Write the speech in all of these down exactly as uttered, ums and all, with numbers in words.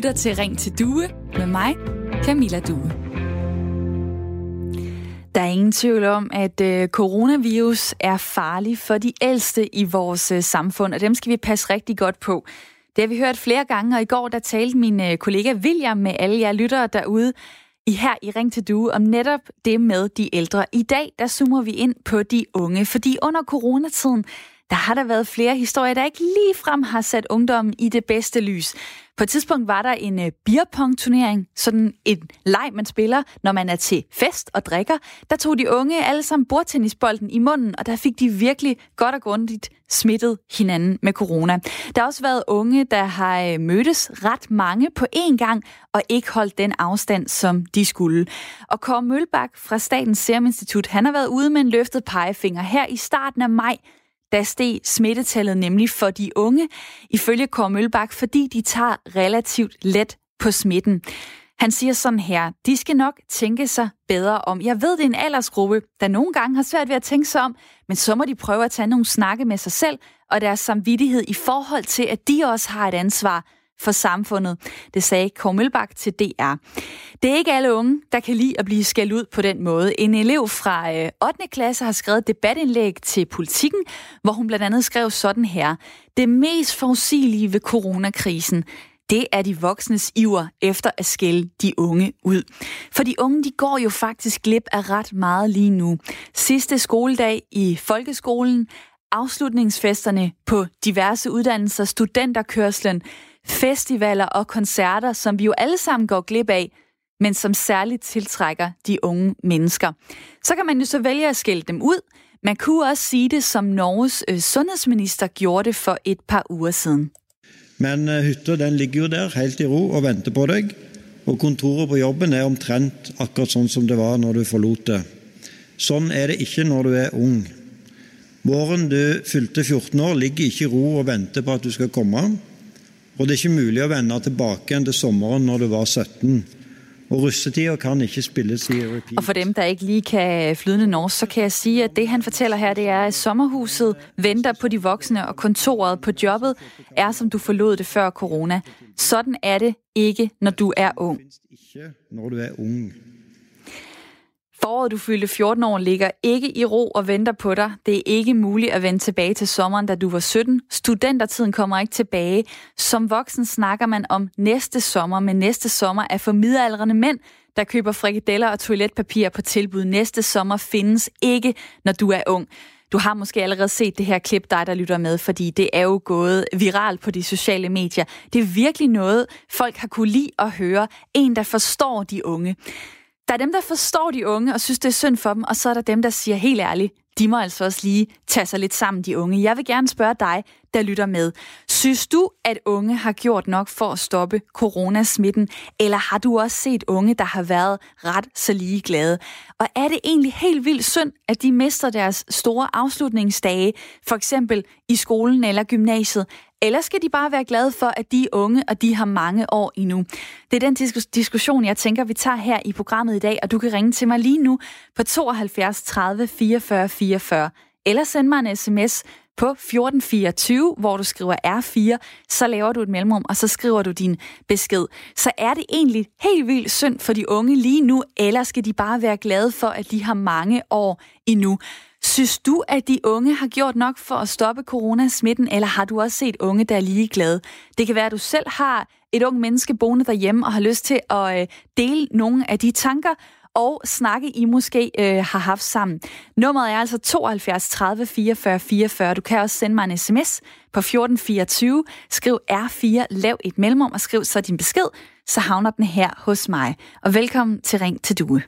lytter til Ring til Due med mig, Camilla Due. Der er ingen tvivl om, at øh, coronavirus er farlig for de ældste i vores øh, samfund, og dem skal vi passe rigtig godt på. Det har vi hørt flere gange, og i går der talte min øh, kollega William med alle jer lyttere derude i her i Ring til Due om netop det med de ældre. I dag der zoomer vi ind på de unge, fordi under coronatiden der har der været flere historier, der ikke ligefrem har sat ungdommen i det bedste lys. På et tidspunkt var der en uh, beerpong-turnering, sådan en leg, man spiller, når man er til fest og drikker. Der tog de unge alle sammen bordtennisbolden i munden, og der fik de virkelig godt og grundigt smittet hinanden med corona. Der har også været unge, der har uh, mødtes ret mange på én gang, og ikke holdt den afstand, som de skulle. Og Kåre Mølbak fra Statens Serum Institut, han har været ude med en løftet pegefinger her i starten af maj. Der steg smittetallet nemlig for de unge, ifølge Kåre Mølbak, fordi de tager relativt let på smitten. Han siger sådan her: de skal nok tænke sig bedre om. Jeg ved, det er en aldersgruppe, der nogle gange har svært ved at tænke sig om, men så må de prøve at tage nogle snakke med sig selv og deres samvittighed i forhold til, at de også har et ansvar for samfundet. Det sagde Kåre Mølbak til D R. Det er ikke alle unge, der kan lide at blive skældt ud på den måde. En elev fra øh, ottende klasse har skrevet et debatindlæg til Politikken, hvor hun blandt andet skrev sådan her: det mest forudsigelige ved coronakrisen, det er de voksnes iver efter at skælde de unge ud. For de unge, de går jo faktisk glip af ret meget lige nu. Sidste skoledag i folkeskolen, afslutningsfesterne på diverse uddannelser, studenterkørslen, festivaler og koncerter, som vi jo alle sammen går glip af, men som særligt tiltrækker de unge mennesker. Så kan man jo så vælge at skælde dem ud. Man kunne også sige det, som Norges øh, sundhedsminister gjorde det for et par uger siden. Men uh, hytta, den ligger jo der helt i ro og venter på dig, og kontoret på jobben er omtrent akkurat sånn som det var når du forlot det. Sånn er det ikke når du er ung. Våren du fylte fjorten år ligger ikke i ro og venter på at du skal komme. Og det er ikke mulig å vende tilbake igjen til sommeren når du var sytten. Og russetida kan ikke spilles i repeat. Og for dem, der ikke lige kan flydende norsk, så kan jeg sige, at det han fortæller her, det er, at sommerhuset venter på de voksne, og kontoret på jobbet er, som du forlod det før corona. Sådan er det ikke, når du er ung. Ikke når du er ung. Foråret, du fyldte fjorten år, ligger ikke i ro og venter på dig. Det er ikke muligt at vende tilbage til sommeren, da du var sytten. Studentertiden kommer ikke tilbage. Som voksen snakker man om næste sommer, men næste sommer er for midaldrende mænd, der køber frikadeller og toiletpapir på tilbud. Næste sommer findes ikke, når du er ung. Du har måske allerede set det her klip, dig der lytter med, fordi det er jo gået viralt på de sociale medier. Det er virkelig noget, folk har kunne lide at høre. En, der forstår de unge. Der er dem, der forstår de unge og synes, det er synd for dem, og så er der dem, der siger helt ærligt, de må altså også lige tage sig lidt sammen, de unge. Jeg vil gerne spørge dig, der lytter med. Synes du, at unge har gjort nok for at stoppe coronasmitten, eller har du også set unge, der har været ret så ligeglade? Og er det egentlig helt vildt synd, at de mister deres store afslutningsdage, for eksempel i skolen eller gymnasiet? Eller skal de bare være glade for, at de er unge, og de har mange år endnu? Det er den dis- diskussion, jeg tænker, vi tager her i programmet i dag, og du kan ringe til mig lige nu på tooghalvfjerds tredive fireogfyrre fireogfyrre, eller send mig en sms på fjorten fireogtyve, hvor du skriver R fire, så laver du et mellemrum, og så skriver du din besked. Så er det egentlig helt vildt synd for de unge lige nu, eller skal de bare være glade for, at de har mange år endnu? Synes du, at de unge har gjort nok for at stoppe coronasmitten, eller har du også set unge, der er ligeglade? Det kan være, at du selv har et ung menneske boende derhjemme og har lyst til at øh, dele nogle af de tanker og snakke, I måske øh, har haft sammen. Nummeret er altså tooghalvfjerds tredive fireogfyrre fireogfyrre. Du kan også sende mig en sms på fjorten fireogtyve. Skriv R fire, lav et mellemrum og skriv så din besked, så havner den her hos mig. Og velkommen til Ring til Due.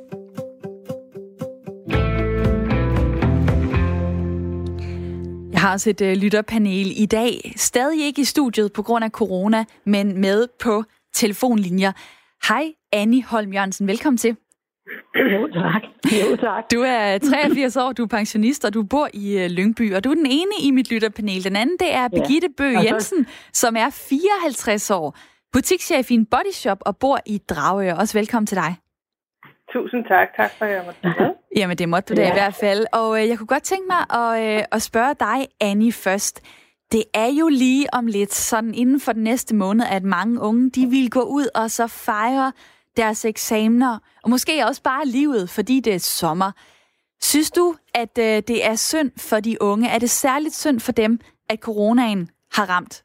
Jeg har også et øh, lytterpanel i dag. Stadig ikke i studiet på grund af corona, men med på telefonlinjer. Hej, Annie Holm Jørgensen. Velkommen til. Jo, tak. Jo, tak. Du er treogfirs år, du er pensionist, og du bor i uh, Lyngby, og du er den ene i mit lytterpanel. Den anden, det er Birgitte Bøgh Jensen, som er fireoghalvtreds år, butikschef i en bodyshop og bor i Dragør. Også velkommen til dig. Tusind tak. Tak for, at jeg måtte med. Jamen, det måtte du da ja. i hvert fald. Og øh, jeg kunne godt tænke mig at, øh, at spørge dig, Annie, først. Det er jo lige om lidt, sådan inden for den næste måned, at mange unge, de vil gå ud og så fejre deres eksamener, og måske også bare livet, fordi det er sommer. Synes du, at øh, det er synd for de unge? Er det særligt synd for dem, at coronaen har ramt?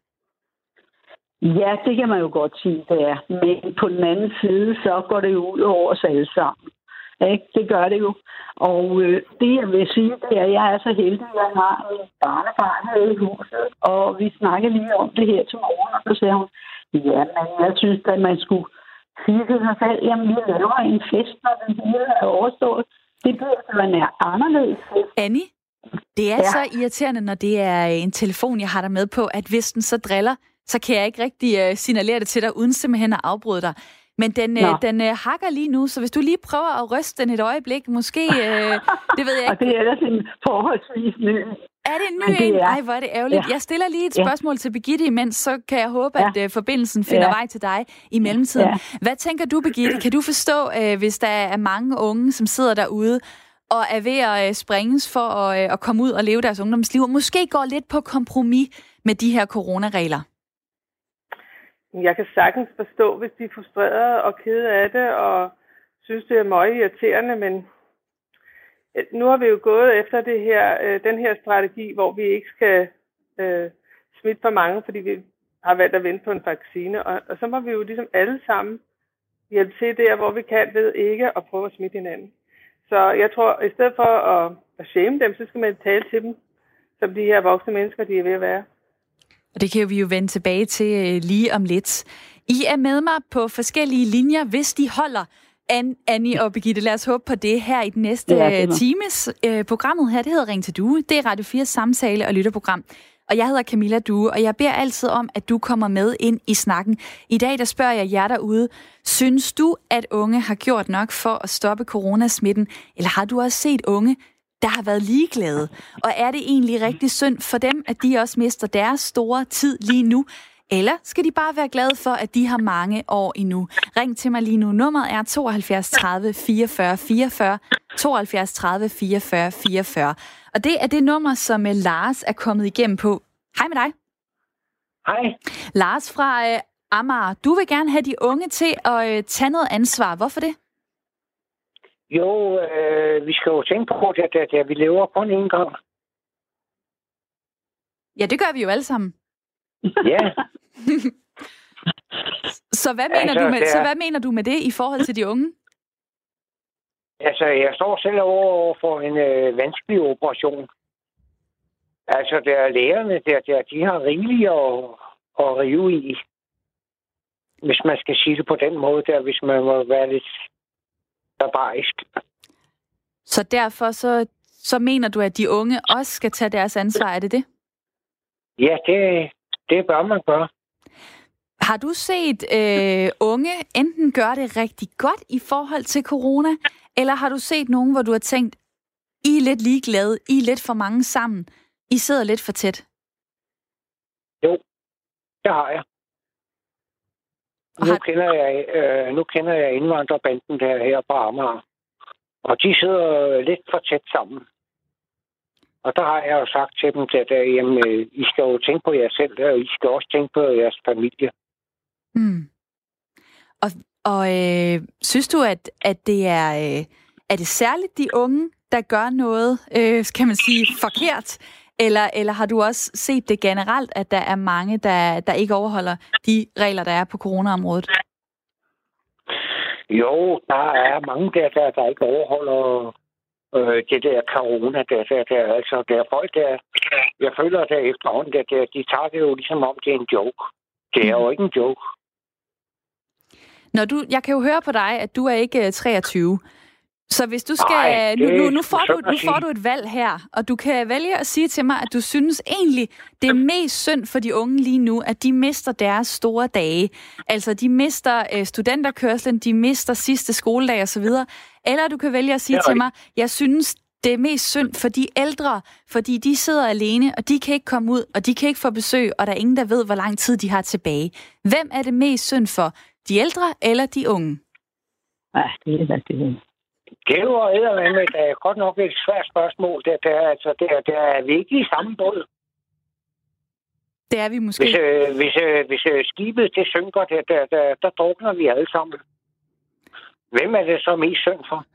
Ja, det kan man jo godt sige, det er. Men på den anden side, så går det jo ud over os alle sammen. Ikke? Det gør det jo. Og øh, det, jeg vil sige, det er, at jeg er så heldig, at jeg har en barnebarn her i huset, og vi snakker lige om det her til morgen, og så siger hun, ja, men jeg synes, at man skulle sige til sig selv, jamen, vi laver en fest, når den hele er overstået. Det bliver så en anderledes fest. Annie, det er ja. så irriterende, når det er en telefon, jeg har dig med på, at hvis den så driller, så kan jeg ikke rigtig uh, signalere det til dig, uden simpelthen at afbryde dig. Men den, uh, den uh, hakker lige nu, så hvis du lige prøver at ryste den et øjeblik, måske, uh, det ved jeg ikke. Og det er ellers en forholdsvis ny. Er det en ny en? Ej, hvor er det ærgerligt. Ja. Jeg stiller lige et spørgsmål ja. til Birgitte imens, så kan jeg håbe, ja. at uh, forbindelsen finder ja. vej til dig i mellemtiden. Ja. Hvad tænker du, Birgitte? Kan du forstå, uh, hvis der er mange unge, som sidder derude, og er ved at uh, springes for at, uh, at komme ud og leve deres ungdomsliv, og måske går lidt på kompromis med de her coronaregler? Jeg kan sagtens forstå, hvis de er frustrerede og kede af det, og synes, det er meget irriterende, men nu har vi jo gået efter det her, den her strategi, hvor vi ikke skal øh, smitte for mange, fordi vi har valgt at vente på en vaccine, og, og så må vi jo ligesom alle sammen hjælpe til der, hvor vi kan, ved ikke at prøve at smitte hinanden. Så jeg tror, i stedet for at, at shame dem, så skal man tale til dem, som de her voksne mennesker, de er ved at være. Og det kan vi jo vende tilbage til øh, lige om lidt. I er med mig på forskellige linjer, hvis de holder. An, Annie og Birgitte, lad os håbe på det her i den næste ja, times. Øh, programmet her, det hedder Ring til Due. Det er Radio fires samtale- og lytterprogram. Og jeg hedder Camilla Due, og jeg beder altid om, at du kommer med ind i snakken. I dag, der spørger jeg jer derude, synes du, at unge har gjort nok for at stoppe coronasmitten? Eller har du også set unge, der har været ligeglade? Og er det egentlig rigtig synd for dem, at de også mister deres store tid lige nu? Eller skal de bare være glade for, at de har mange år endnu? Ring til mig lige nu. Nummeret er tooghalvfjerds tredive fireogfyrre fireogfyrre. tooghalvfjerds tredive fireogfyrre fireogfyrre. Og det er det nummer, som Lars er kommet igennem på. Hej med dig. Hej. Lars fra øh, Amager. Du vil gerne have de unge til at øh, tage noget ansvar. Hvorfor det? Jo, øh, vi skal jo tænke på, at, at, at vi lever kun én gang. Ja, det gør vi jo alle sammen. Ja. så, hvad mener altså, du med, er... så hvad mener du med det i forhold til de unge? Altså, jeg står selv over for en øh, vanskelig operation. Altså, der er lægerne, der, der, de har rigeligt at, at rive i. Hvis man skal sige det på den måde, der, hvis man må være lidt barbarisk. Så derfor så, så mener du, at de unge også skal tage deres ansvar, er det det? Ja, det, det bør man gøre. Har du set øh, unge enten gøre det rigtig godt i forhold til corona, eller har du set nogen, hvor du har tænkt, I er lidt ligeglade, I er lidt for mange sammen, I sidder lidt for tæt? Jo, det har jeg. Nu, har... kender jeg øh, nu kender jeg indvandrerbanden der her på Amager. Og de sidder lidt for tæt sammen. Og der har jeg jo sagt til dem, at jamen, I skal jo tænke på jer selv, og I skal også tænke på jeres familie. Mm. Og, og øh, synes du, at, at det er, øh, er det særligt de unge, der gør noget, øh, kan man sige, forkert? Eller, eller har du også set det generelt, at der er mange, der, der ikke overholder de regler, der er på coronaområdet? Jo, der er mange der, der, der ikke overholder øh, det der corona. Der, der, der, altså, der er folk, der... Jeg føler, at der efterhånden, der, der, de tager det jo ligesom om, det er en joke. Det er jo ikke en joke. Når du, jeg kan jo høre på dig, at du er ikke treogtyve. Så hvis du skal... Ej, nu, nu, nu, får du, nu får du et valg her, og du kan vælge at sige til mig, at du synes egentlig, det er mest synd for de unge lige nu, at de mister deres store dage. Altså, de mister øh, studenterkørslen, de mister sidste skoledag osv. Eller du kan vælge at sige til mig, jeg synes, det er mest synd for de ældre, fordi de sidder alene, og de kan ikke komme ud, og de kan ikke få besøg, og der er ingen, der ved, hvor lang tid de har tilbage. Hvem er det mest synd for? De ældre eller de unge? Nej, det er rigtigt. Det var eddermame, det er godt nok et svært spørgsmål. Det, det, er, altså, det, er, det er vi ikke i samme båd. Det er vi måske. Hvis, øh, hvis, øh, hvis øh, skibet det synker, der, der, der, der drukner vi alle sammen. Hvem er det så mest synd for?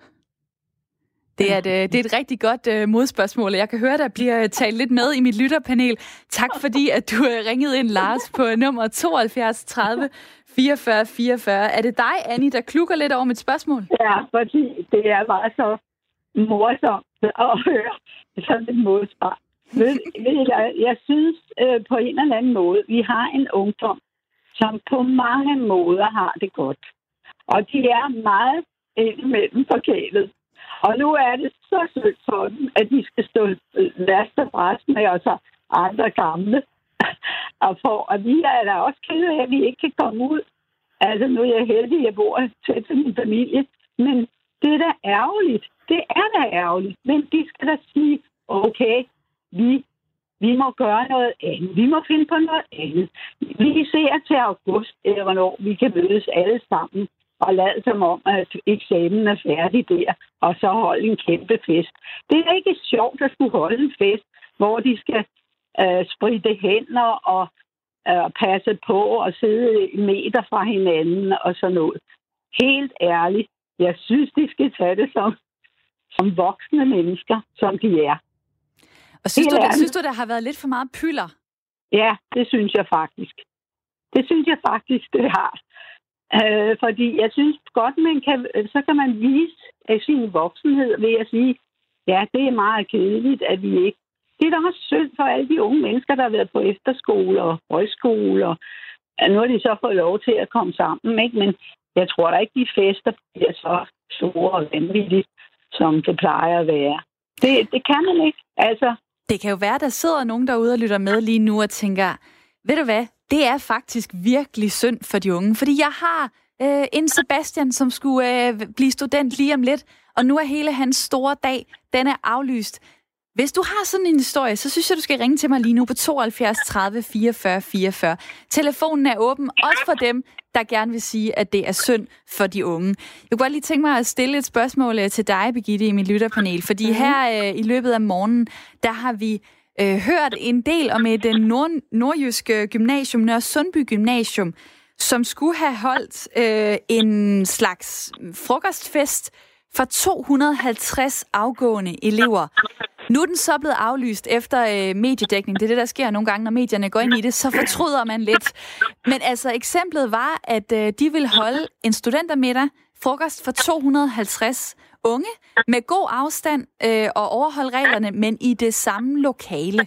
Det er et, det er et rigtig godt uh, modspørgsmål. Jeg kan høre, der bliver talt lidt med i mit lytterpanel. Tak fordi, at du uh, ringede ind, Lars, på nummer tooghalvfjerds tredive fireogfyrre fireogfyrre. Er det dig, Annie, der klukker lidt over mit spørgsmål? Ja, fordi det er bare så morsomt at høre sådan et modsvar. Ved, ved jeg, jeg synes øh, på en eller anden måde, vi har en ungdom, som på mange måder har det godt. Og de er meget indimellem forkælet. Og nu er det så sødt for dem, at de skal stå last og bræst med os andre gamle. og, for, og vi er da også kede af, at vi ikke kan komme ud. Altså, nu er jeg heldig, at jeg bor tæt til min familie. Men det er da ærgerligt. Det er da ærgerligt. Men de skal da sige, okay, vi, vi må gøre noget andet. Vi må finde på noget andet. Vi ser til august, eller hvornår vi kan mødes alle sammen og lade som om, at eksamen er færdig der, og så holde en kæmpe fest. Det er ikke sjovt at skulle holde en fest, hvor de skal øh, spritte hænder og øh, passe på og sidde en meter fra hinanden og sådan noget. Helt ærligt, jeg synes, de skal tage det som, som voksne mennesker, som de er. Og synes du, der, synes du, der har været lidt for meget pylder? Ja, det synes jeg faktisk. Det synes jeg faktisk, det har. Øh, fordi jeg synes godt, man kan, så kan man vise af sin voksenhed ved at sige, ja, det er meget kedeligt, at vi ikke... Det er da også synd for alle de unge mennesker, der har været på efterskole og højskole. Nu har de så fået lov til at komme sammen, ikke? Men jeg tror da ikke, de fester bliver så store og vanvittige, som det plejer at være. Det, det kan man ikke, altså. Det kan jo være, der sidder nogen derude og lytter med lige nu og tænker, ved du hvad, det er faktisk virkelig synd for de unge. Fordi jeg har øh, en Sebastian, som skulle øh, blive student lige om lidt, og nu er hele hans store dag, den er aflyst. Hvis du har sådan en historie, så synes jeg, du skal ringe til mig lige nu på tooghalvfjerds tredive fireogfyrre fireogfyrre. Telefonen er åben, også for dem, der gerne vil sige, at det er synd for de unge. Jeg kunne godt lige tænke mig at stille et spørgsmål til dig, Birgitte, i mit lytterpanel. Fordi mm-hmm. her øh, i løbet af morgenen, der har vi øh, hørt en del om et nord, nordjyske gymnasium, Nørre Sundby Gymnasium, som skulle have holdt øh, en slags frokostfest for to hundrede og halvtreds afgående elever. Nu er den så blevet aflyst efter øh, mediedækning. Det er det, der sker nogle gange, når medierne går ind i det. Så fortryder man lidt. Men altså, eksemplet var, at øh, de ville holde en studentermiddag, frokost for to hundrede og halvtreds unge, med god afstand øh, og overholde reglerne, men i det samme lokale.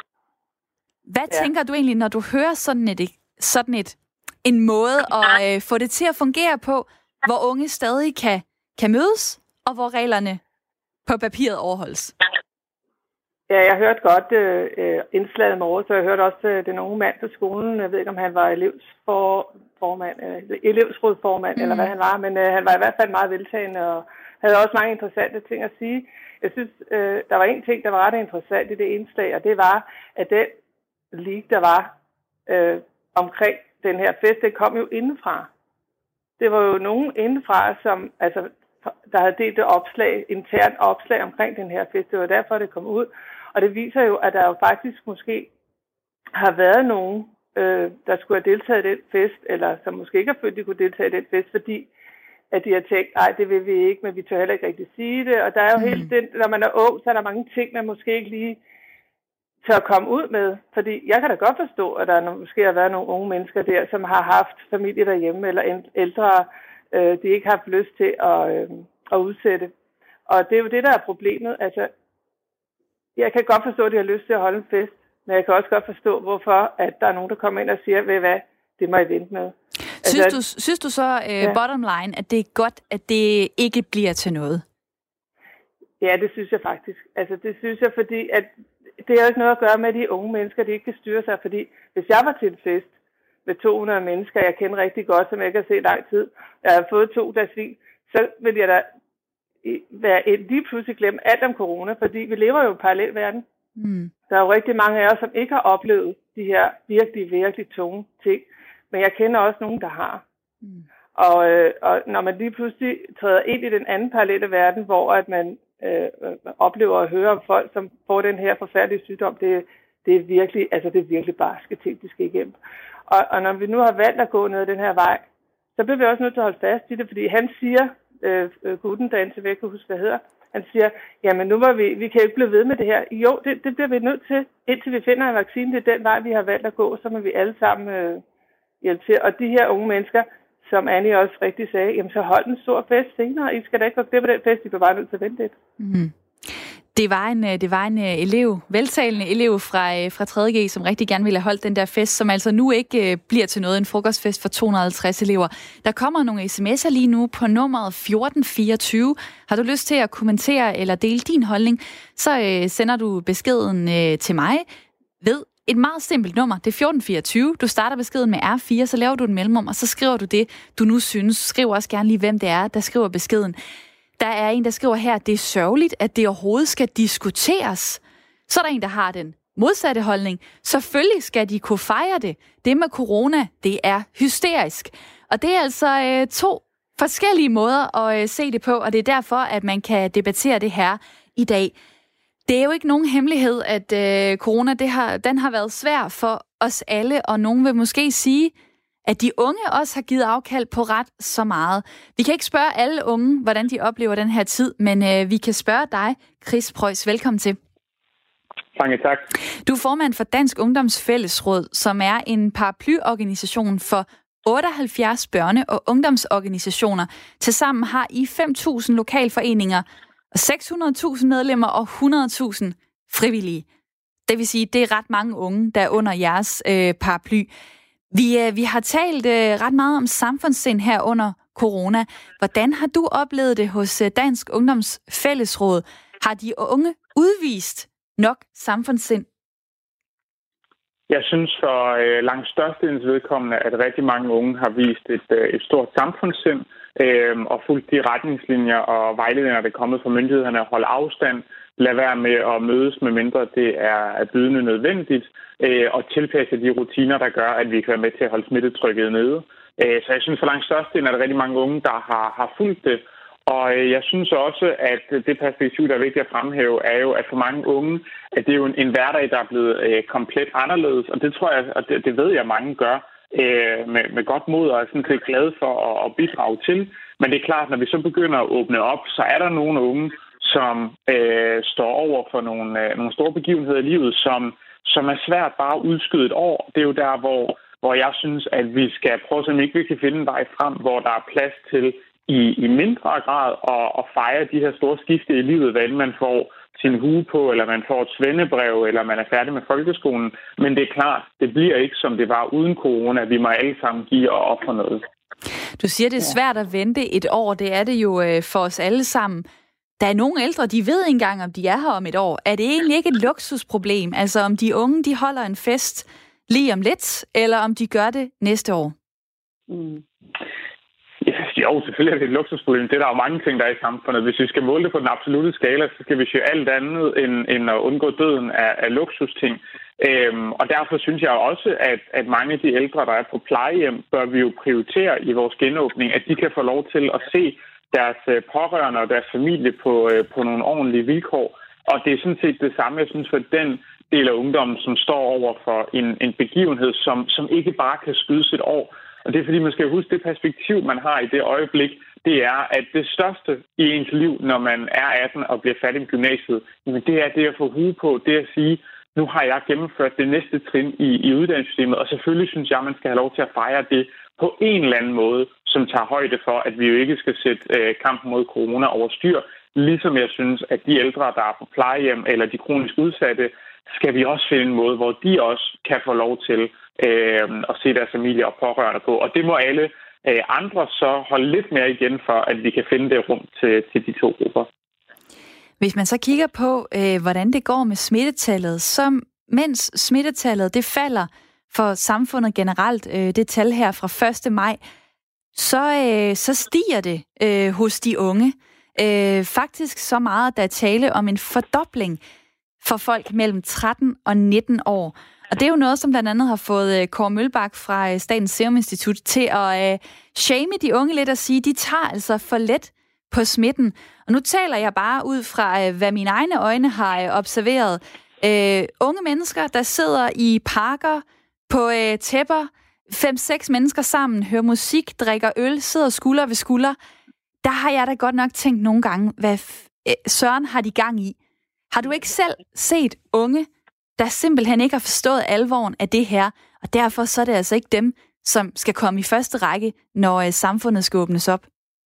Hvad ja. tænker du egentlig, når du hører sådan et, sådan et en måde at øh, få det til at fungere på, hvor unge stadig kan, kan mødes, og hvor reglerne på papiret overholdes? Ja, jeg hørte godt øh, indslaget i morges, så jeg hørte også øh, den unge mand på skolen. Jeg ved ikke, om han var elevsformand, øh, elevsrådsformand, mm. eller hvad han var, men øh, han var i hvert fald meget veltagende og havde også mange interessante ting at sige. Jeg synes, øh, der var en ting, der var ret interessant i det indslag, og det var, at den league, der var øh, omkring den her fest, det kom jo indefra. Det var jo nogen indefra, som altså, der havde delt et opslag, internt opslag omkring den her fest. Det var derfor, det kom ud. Og det viser jo, at der jo faktisk måske har været nogen, øh, der skulle have deltaget i den fest, eller som måske ikke har følt, de kunne deltage i den fest, fordi at de har tænkt, nej, det vil vi ikke, men vi tør heller ikke rigtig sige det. Og der er jo mm. hele den, når man er ung, så er der mange ting, man måske ikke lige tør at komme ud med. Fordi jeg kan da godt forstå, at der måske har været nogle unge mennesker der, som har haft familie derhjemme, eller ældre, øh, de ikke har haft lyst til at, øh, at udsætte. Og det er jo det, der er problemet. Altså, jeg kan godt forstå, at de har lyst til at holde en fest, men jeg kan også godt forstå, hvorfor at der er nogen, der kommer ind og siger, ved hvad, det må I vente med. Synes, altså, du, synes du så, uh, ja. bottom line, at det er godt, at det ikke bliver til noget? Ja, det synes jeg faktisk. Altså, det synes jeg, fordi at det har ikke noget at gøre med, at de unge mennesker, de ikke kan styre sig. Fordi hvis jeg var til en fest med to hundrede mennesker, jeg kender rigtig godt, som jeg ikke har set lang tid, jeg har fået to glas vin, så vil jeg da være et, lige pludselig glemme alt om corona, fordi vi lever jo i en parallel verden. Mm. Der er jo rigtig mange af os, som ikke har oplevet de her virkelig, virkelig tunge ting. Men jeg kender også nogen, der har. Mm. Og, øh, og når man lige pludselig træder ind i den anden parallelle verden, hvor at man øh, oplever at høre om folk, som får den her forfærdelige sygdom, det, det er virkelig, altså det er virkelig barske ting, de skal igennem. Og, og når vi nu har valgt at gå ned ad den her vej, så bliver vi også nødt til at holde fast i det, fordi han siger, øh, gutten, der indtil væk, kan huske, hvad hedder, han siger, jamen nu var vi, vi kan jo ikke blive ved med det her. Jo, det, det bliver vi nødt til, indtil vi finder en vaccine. Det er den vej, vi har valgt at gå, så må vi alle sammen øh, hjælpe til. Og de her unge mennesker, som Annie også rigtig sagde, jamen så hold en stor fest senere. I skal da ikke gå det på den fest, I bliver bare nødt til at vente lidt. Mm. Det var en, det var en elev, veltalende elev fra, fra tredje G, som rigtig gerne ville have holdt den der fest, som altså nu ikke bliver til noget, en frokostfest for to hundrede og halvtreds elever. Der kommer nogle sms'er lige nu på nummeret fjorten fireogtyve. Har du lyst til at kommentere eller dele din holdning, så øh, sender du beskeden øh, til mig ved et meget simpelt nummer. Det er fjorten fireogtyve. Du starter beskeden med R fire, så laver du en mellemrum, og så skriver du det, du nu synes. Skriv også gerne lige, hvem det er, der skriver beskeden. Der er en, der skriver her, at det er sørgeligt, at det overhovedet skal diskuteres. Så er der en, der har den modsatte holdning. Selvfølgelig skal de kunne fejre det. Det med corona, det er hysterisk. Og det er altså øh, to forskellige måder at øh, se det på, og det er derfor, at man kan debattere det her i dag. Det er jo ikke nogen hemmelighed, at øh, corona, det har, den har været svær for os alle, og nogen vil måske sige, at de unge også har givet afkald på ret så meget. Vi kan ikke spørge alle unge, hvordan de oplever den her tid, men øh, vi kan spørge dig, Chris Preuss. Velkommen til. Mange tak. Du er formand for Dansk Ungdoms Fællesråd, som er en paraplyorganisation for otteoghalvfjerds børne- og ungdomsorganisationer. Tilsammen har I fem tusind lokalforeninger, og seks hundrede tusind medlemmer og hundrede tusind frivillige. Det vil sige, det er ret mange unge, der er under jeres øh, paraply. Vi, øh, vi har talt øh, ret meget om samfundssind her under corona. Hvordan har du oplevet det hos øh, Dansk Ungdoms Fællesråd? Har de unge udvist nok samfundssind? Jeg synes for øh, langt størstedens vedkommende, at rigtig mange unge har vist et, øh, et stort samfundssind øh, og fulgt de retningslinjer og vejledninger, der er kommet fra myndighederne, at holde afstand, lad være med at mødes, med mindre det er bydende nødvendigt, øh, og tilpasse de rutiner, der gør, at vi kan være med til at holde smittetrykket nede. Øh, så jeg synes for langt størstedelen, at der er rigtig mange unge, der har, har fulgt det. Og jeg synes også, at det perspektiv, der er vigtigt at fremhæve, er jo, at for mange unge, at det er jo en, en hverdag, der er blevet øh, komplet anderledes. Og det tror jeg, og det, det ved jeg, mange gør øh, med, med godt mod, og er sådan set glade for at, at bidrage til. Men det er klart, når vi så begynder at åbne op, så er der nogle unge, som øh, står over for nogle, øh, nogle store begivenheder i livet, som, som er svært bare at udskyde et år. Det er jo der, hvor, hvor jeg synes, at vi skal prøve, så ikke vi kan finde en vej frem, hvor der er plads til I, i mindre grad at, at fejre de her store skifte i livet, hvad man får sin hue på, eller man får et svendebrev, eller man er færdig med folkeskolen. Men det er klart, det bliver ikke, som det var uden corona. Vi må alle sammen give og ofre noget. Du siger, det er svært at vente et år. Det er det jo for os alle sammen. Der er nogle ældre, de ved ikke engang, om de er her om et år. Er det egentlig ikke et luksusproblem? Altså om de unge, de holder en fest lige om lidt, eller om de gør det næste år? Mm. Jo, selvfølgelig er det et luksusproblem. Det er der jo mange ting, der er i samfundet. Hvis vi skal måle det på den absolute skala, så skal vi jo alt andet end, end at undgå døden af, af luksusting. Øhm, og derfor synes jeg også, at, at mange af de ældre, der er på plejehjem, bør vi jo prioritere i vores genåbning, at de kan få lov til at se deres pårørende og deres familie på, på nogle ordentlige vilkår. Og det er sådan set det samme, jeg synes, for den del af ungdommen, som står over for en, en begivenhed, som, som ikke bare kan skydes et år. Og det er fordi, man skal huske, det perspektiv, man har i det øjeblik, det er, at det største i ens liv, når man er atten og bliver færdig med gymnasiet, jamen det er det at få hue på, det at sige, nu har jeg gennemført det næste trin i, i uddannelsessystemet, og selvfølgelig synes jeg, man skal have lov til at fejre det på en eller anden måde, som tager højde for, at vi jo ikke skal sætte øh, kampen mod corona over styr. Ligesom jeg synes, at de ældre, der er på plejehjem eller de kronisk udsatte, skal vi også finde en måde, hvor de også kan få lov til øh, at se deres familie og pårørende på. Og det må alle øh, andre så holde lidt mere igen for, at vi kan finde det rum til, til de to grupper. Hvis man så kigger på, øh, hvordan det går med smittetallet, så mens smittetallet det falder for samfundet generelt, øh, det tal her fra første maj, så, øh, så stiger det øh, hos de unge. Øh, faktisk så meget, at der er tale om en fordobling for folk mellem tretten og nitten år. Og det er jo noget, som blandt andet har fået Kåre Mølbak fra Statens Serum Institut til at øh, shame de unge lidt og sige, de tager altså for let på smitten. Og nu taler jeg bare ud fra, øh, hvad mine egne øjne har øh, observeret. Øh, unge mennesker, der sidder i parker på øh, tæpper, fem, seks mennesker sammen, hører musik, drikker øl, sidder skulder ved skulder. Der har jeg da godt nok tænkt nogle gange, hvad f- søren har de gang i? Har du ikke selv set unge, der simpelthen ikke har forstået alvoren af det her, og derfor så er det altså ikke dem, som skal komme i første række, når øh, samfundet skal åbnes op?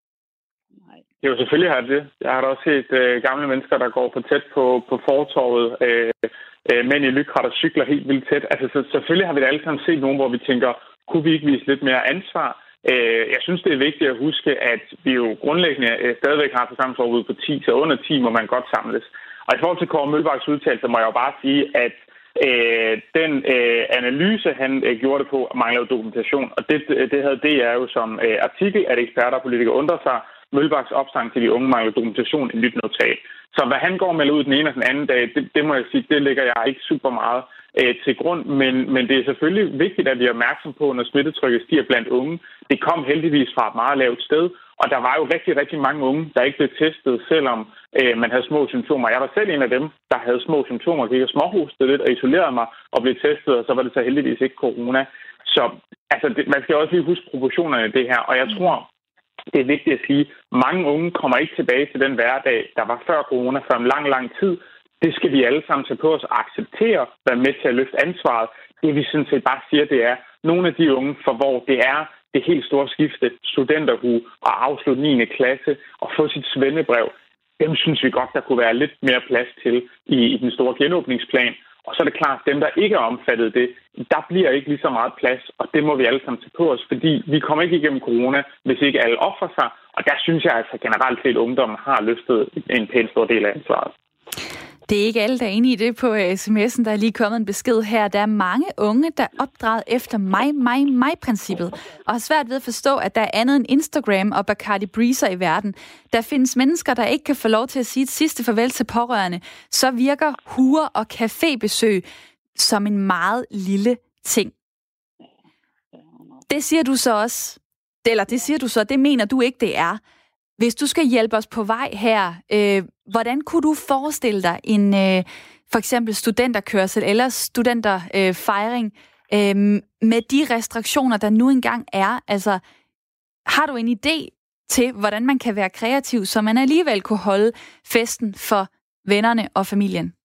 Jo, selvfølgelig har det. Jeg har da også set øh, gamle mennesker, der går for tæt på, på fortorvet, øh, øh, mænd i lykrat og cykler helt vildt tæt. Altså, så, selvfølgelig har vi da alle sammen set nogen, hvor vi tænker, kunne vi ikke vise lidt mere ansvar? Øh, jeg synes, det er vigtigt at huske, at vi jo grundlæggende øh, stadigvæk har forsamlingsforbud på ti, så under ti må man godt samles. Og i forhold til Kåre Mølbaks udtalelse, må jeg jo bare sige, at øh, den øh, analyse, han øh, gjorde det på, mangler dokumentation. Og det, det havde D R jo som øh, artikel, at eksperter og politikere undrer sig. Mølbaks opsang til de unge mangler dokumentation i nyt notat. Så hvad han går med ud den ene og den anden dag, det, det må jeg sige, det lægger jeg ikke super meget øh, til grund. Men, men det er selvfølgelig vigtigt, at vi er opmærksom på, når smittetrykket stiger blandt unge. Det kom heldigvis fra et meget lavt sted, og der var jo rigtig, rigtig mange unge, der ikke blev testet, selvom øh, man havde små symptomer. Jeg var selv en af dem, der havde små symptomer, gik og småhostede lidt og isolerede mig og blev testet, og så var det så heldigvis ikke corona. Så altså, det, man skal også lige huske proportionerne i det her, og jeg tror, det er vigtigt at sige, at mange unge kommer ikke tilbage til den hverdag, der var før corona, for en lang, lang tid. Det skal vi alle sammen tage på os og acceptere, være med til at løfte ansvaret. Det vi sådan set bare siger, det er, nogle af de unge, for hvor det er det helt store skifte, studenterhue og afslutte niende klasse og få sit svendebrev, dem synes vi godt, der kunne være lidt mere plads til i, i den store genåbningsplan. Og så er det klart, at dem, der ikke er omfattet det, der bliver ikke lige så meget plads, og det må vi alle sammen tage på os, fordi vi kommer ikke igennem corona, hvis ikke alle offrer sig. Og der synes jeg altså generelt set, at ungdommen har løftet en pæn stor del af ansvaret. Det er ikke alle, der er enige i det på sms'en. Der er lige kommet en besked her. Der er mange unge, der er opdraget efter mig, mig, mig-princippet, og har svært ved at forstå, at der er andet end Instagram og Bacardi Breezer i verden. Der findes mennesker, der ikke kan få lov til at sige et sidste farvel til pårørende. Så virker huer og cafébesøg som en meget lille ting. Det siger du så også, eller det siger du så, det mener du ikke, det er. Hvis du skal hjælpe os på vej her, øh, hvordan kunne du forestille dig en øh, for eksempel studenterkørsel eller studenterfejring øh, øh, med de restriktioner, der nu engang er? Altså, har du en idé til, hvordan man kan være kreativ, så man alligevel kunne holde festen for vennerne og familien?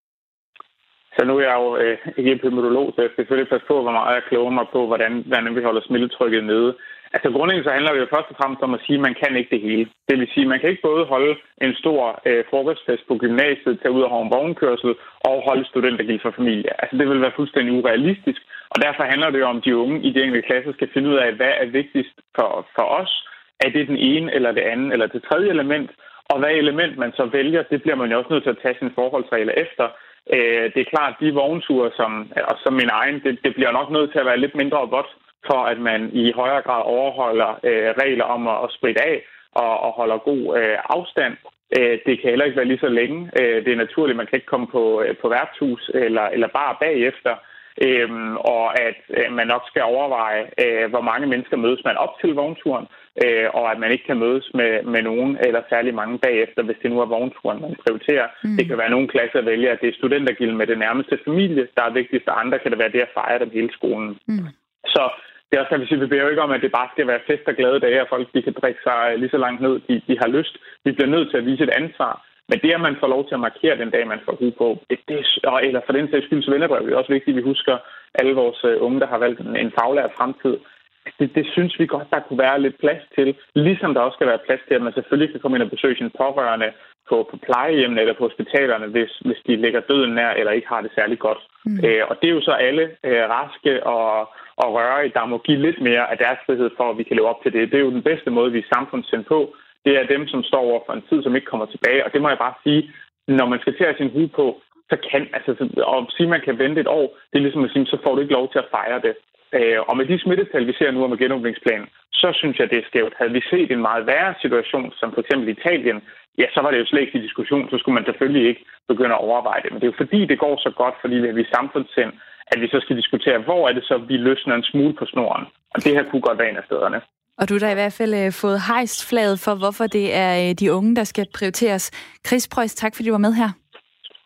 Så nu er jeg jo øh, ikke epidemiolog, så jeg skal selvfølgelig passe på, hvor meget jeg kloger mig på, hvordan, hvordan vi holder smittetrykket nede. Altså grundlæggende så handler det jo først og fremmest om at sige, at man kan ikke det hele. Det vil sige, at man kan ikke både holde en stor øh, frokostfest på gymnasiet, tage ud og have en vognkørsel og holde studentergilde for familie. Altså det vil være fuldstændig urealistisk, og derfor handler det jo om, at de unge i de enkelte klasser skal finde ud af, hvad er vigtigst for, for os. Er det den ene eller det andet eller det tredje element? Og hvad element man så vælger, det bliver man jo også nødt til at tage sine forholdsregler efter. Øh, det er klart, at de vognture, som, og som min egen, det, det bliver nok nødt til at være lidt mindre vådt, for at man i højere grad overholder øh, regler om at, at spritte af og, og holder god øh, afstand. Øh, det kan heller ikke være lige så længe. Øh, det er naturligt, man kan ikke komme på, øh, på værtshus eller, eller bare bagefter. Øh, og at øh, man nok skal overveje, øh, hvor mange mennesker mødes man op til vognturen, øh, og at man ikke kan mødes med, med nogen eller særlig mange bagefter, hvis det nu er vognturen, man prioriterer. Mm. Det kan være, at nogle klasser vælger, at det er studentergilde med det nærmeste familie, der er vigtigst, og andre kan det være det at fejre dem hele skolen. Mm. Så det er også, at vi beder jo ikke om, at det bare skal være fest og glade dage, og folk de kan drikke sig lige så langt ned, de, de har lyst. Vi bliver nødt til at vise et ansvar. Men det, at man får lov til at markere den dag, man får ro på, det, det, eller for den sags skyld svendebrev, det er også vigtigt, at vi husker alle vores unge, der har valgt en, en faglært fremtid. Det, det synes vi godt, der kunne være lidt plads til. Ligesom der også skal være plads til, at man selvfølgelig kan komme ind og besøge sine pårørende på, på plejehjemmene eller på hospitalerne, hvis, hvis de ligger døden nær eller ikke har det særlig godt. Mm. Øh, og det er jo så alle øh, raske og, og rørige, der må give lidt mere af deres frihed for, at vi kan leve op til det. Det er jo den bedste måde, vi er samfundssind på. Det er dem, som står over for en tid, som ikke kommer tilbage. Og det må jeg bare sige, når man skal til at have sin hue på, så kan, altså, at sige, at man kan vente et år, det er ligesom at sige, så får du ikke lov til at fejre det. Øh, og med de smittetal, vi ser nu med genåbningsplanen, så synes jeg, det er skævt. Havde vi set en meget værre situation, som for eksempel Italien, ja, så var det jo slet ikke i diskussion, så skulle man selvfølgelig ikke begynde at overveje det. Men det er jo fordi, det går så godt, fordi vi er samfundssind, at vi så skal diskutere, hvor er det så, vi løsner en smule på snoren. Og det her kunne godt være en af stederne. Og du har da i hvert fald øh, fået hejst flaget for, hvorfor det er øh, de unge, der skal prioriteres. Chris Preuss, tak fordi du var med her.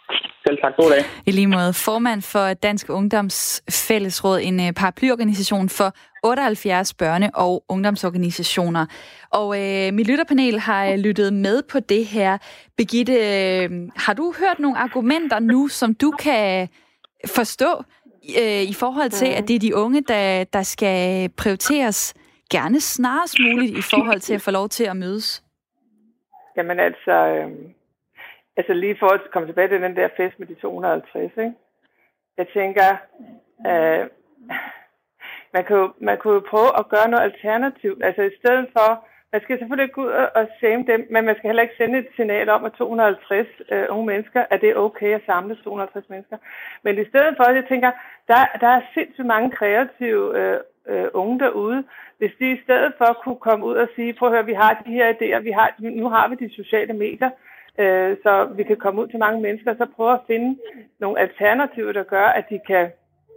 Selv tak. God dag. I lige måde formand for Dansk Ungdoms Fællesråd, en paraplyorganisation for otteoghalvfjerds børne- og ungdomsorganisationer. Og øh, mit lytterpanel har lyttet med på det her. Birgitte, øh, har du hørt nogle argumenter nu, som du kan forstå øh, i forhold til, at det er de unge, der, der skal prioriteres gerne snarest muligt i forhold til at få lov til at mødes? Jamen altså... Øh... Altså lige for at komme tilbage til den der fest med de to hundrede og halvtreds, ikke? Jeg tænker, øh, man, kunne, man kunne prøve at gøre noget alternativt. Altså i stedet for, man skal selvfølgelig ikke gå ud og shame dem, men man skal heller ikke sende et signal om, at to hundrede og halvtreds øh, unge mennesker, at det er okay at samle to hundrede og halvtreds mennesker. Men i stedet for, jeg tænker, der, der er sindssygt mange kreative øh, øh, unge derude. Hvis de i stedet for kunne komme ud og sige, prøv at høre, vi har de her idéer, vi har, nu har vi de sociale medier, så vi kan komme ud til mange mennesker, og så prøve at finde nogle alternativer, der gør, at de kan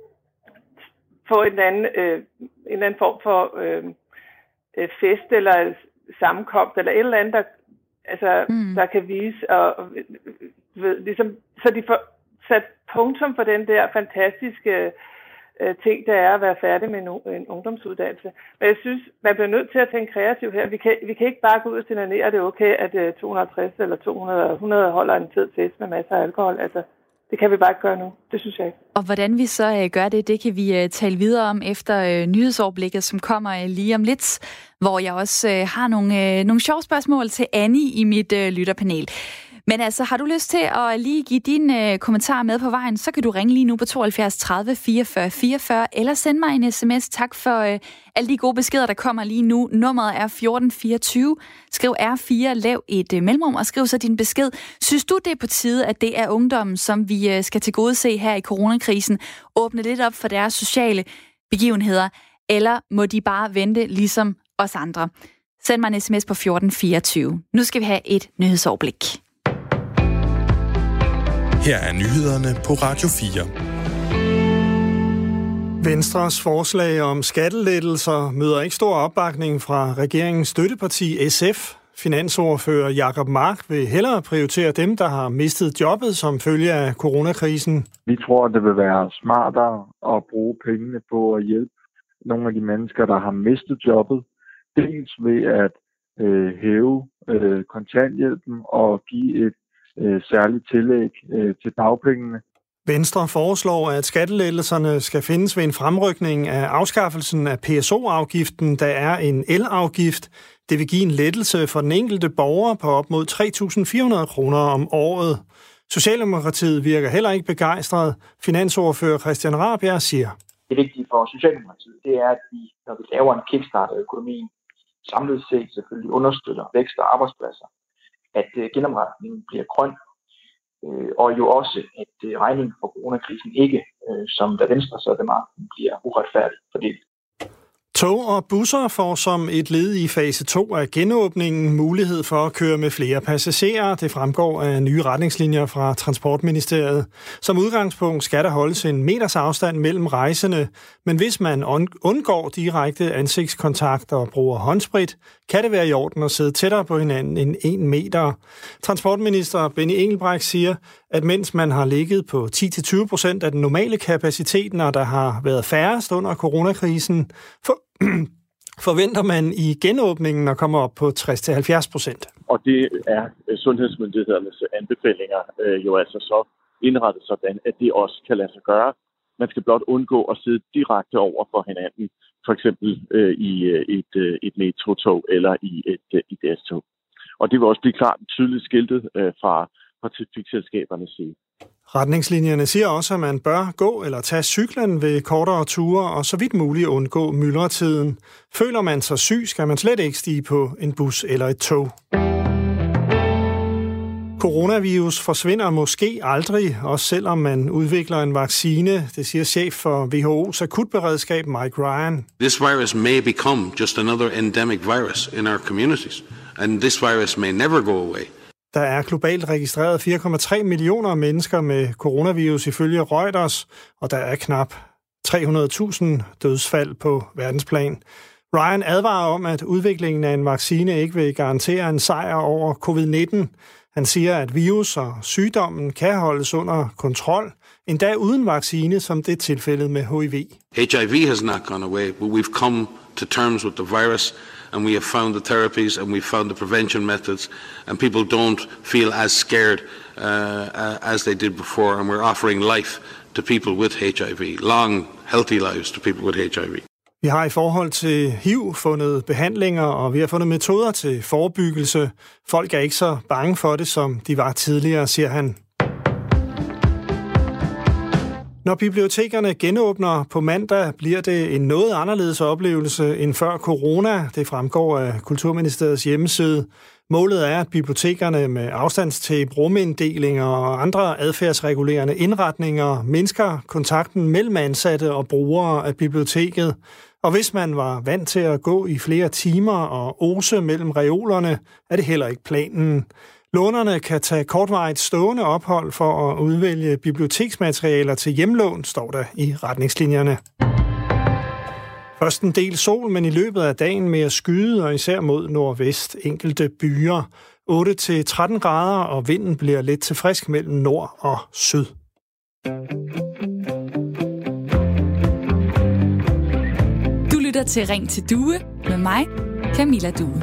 få en eller anden, øh, en eller anden form for øh, fest eller sammenkomst, eller et eller andet, der, altså, mm. der kan vise, og, ved, ligesom, så de får sat punktum for den der fantastiske øh, ting, der er at være færdig med en, en ungdomsuddannelse. Men jeg synes, man bliver nødt til at tænke kreativt her. Vi kan, vi kan ikke bare gå ud og signalere, at det er okay, at øh, to hundrede og halvtreds eller to hundrede, hundrede holder en tid fest med masser af alkohol. Altså, det kan vi bare ikke gøre nu. Det synes jeg ikke. Og hvordan vi så øh, gør det, det kan vi øh, tale videre om efter øh, nyhedsoverblikket, som kommer øh, lige om lidt, hvor jeg også øh, har nogle, øh, nogle sjove spørgsmål til Annie i mit øh, lytterpanel. Men altså, har du lyst til at lige give din øh, kommentar med på vejen, så kan du ringe lige nu på tooghalvfjerds tredive fireogfyrre fireogfyrre, eller send mig en sms. Tak for øh, alle de gode beskeder, der kommer lige nu. Nummeret er fjorten fireogtyve. Skriv R fire, lav et øh, mellemrum, og skriv så din besked. Synes du, det er på tide, at det er ungdommen, som vi øh, skal tilgodese her i coronakrisen, åbne lidt op for deres sociale begivenheder, eller må de bare vente ligesom os andre? Send mig en sms på fjorten fireogtyve. Nu skal vi have et nyhedsoverblik. Her er nyhederne på Radio fire. Venstres forslag om skattelettelser møder ikke stor opbakning fra regeringens støtteparti S F. Finansordfører Jacob Mark vil hellere prioritere dem, der har mistet jobbet som følge af coronakrisen. Vi tror, det vil være smartere at bruge pengene på at hjælpe nogle af de mennesker, der har mistet jobbet. Dels ved at øh, hæve øh, kontanthjælpen og give et særligt tillæg øh, til dagpengene. Venstre foreslår, at skattelettelserne skal findes ved en fremrykning af afskaffelsen af P S O-afgiften, der er en elafgift. Det vil give en lettelse for den enkelte borger på op mod tre tusind fire hundrede kroner om året. Socialdemokratiet virker heller ikke begejstret. Finansordfører Christian Rabjerg siger: Det vigtige for Socialdemokratiet, det er, at vi, når vi laver en kickstart af økonomien, samlet set selvfølgelig understøtter vækst og arbejdspladser, at genopretningen bliver grøn, og jo også, at regningen for coronakrisen ikke, som da Venstre sad ved magten, bliver uretfærdigt fordelt. Tog og busser får som et led i fase to af genåbningen mulighed for at køre med flere passagerer. Det fremgår af nye retningslinjer fra Transportministeriet. Som udgangspunkt skal der holdes en meters afstand mellem rejsende, men hvis man undgår direkte ansigtskontakt og bruger håndsprit, kan det være i orden at sidde tættere på hinanden end en meter. Transportminister Benny Engelbrecht siger, at mens man har ligget på ti til tyve procent af den normale kapacitet, når der har været færrest under coronakrisen, for forventer man i genåbningen at komme op på tres til halvfjerds procent. Og det er sundhedsmyndighedernes anbefalinger øh, jo altså så indrettet sådan, at det også kan lade sig gøre. Man skal blot undgå at sidde direkte over for hinanden, for eksempel øh, i et, øh, et metrotog eller i et, øh, et S-tog. Og det vil også blive klart tydeligt skiltet øh, fra, fra trafikselskabernes side. Retningslinjerne siger også, at man bør gå eller tage cyklen ved kortere ture og så vidt muligt undgå myldretiden. Føler man sig syg, skal man slet ikke stige på en bus eller et tog. Coronavirus forsvinder måske aldrig, også selvom man udvikler en vaccine. Det siger chef for W H O's akutberedskab Mike Ryan. This virus may become just another endemic virus in our communities, and this virus may never go away. Der er globalt registreret fire komma tre millioner mennesker med coronavirus ifølge Reuters, og der er knap tre hundrede tusind dødsfald på verdensplan. Ryan advarer om, at udviklingen af en vaccine ikke vil garantere en sejr over covid nitten. Han siger, at virus og sygdommen kan holdes under kontrol, endda uden vaccine, som det er tilfældet med H I V. H I V has not gone away, but we've come to terms with the virus, and we have found the therapies, and we've found the prevention methods, and people don't feel as scared uh, as they did before, and we're offering life to people with H I V, long, healthy lives to people with H I V. Vi har i forhold til H I V fundet behandlinger, og vi har fundet metoder til forebyggelse. Folk er ikke så bange for det, som de var tidligere, siger han. Når bibliotekerne genåbner på mandag, bliver det en noget anderledes oplevelse end før corona. Det fremgår af Kulturministeriets hjemmeside. Målet er, at bibliotekerne med afstandstape, ruminddelinger og andre adfærdsregulerende indretninger mindsker kontakten mellem ansatte og brugere af biblioteket. Og hvis man var vant til at gå i flere timer og ose mellem reolerne, er det heller ikke planen. Lånerne kan tage kortvarigt stående ophold for at udvælge biblioteksmaterialer til hjemlån, står der i retningslinjerne. Først en del sol, men i løbet af dagen mere skyde og især mod nordvest enkelte byer. otte til tretten grader, og vinden bliver lidt til frisk mellem nord og syd. Du lytter til Ring til Due med mig, Camilla Due.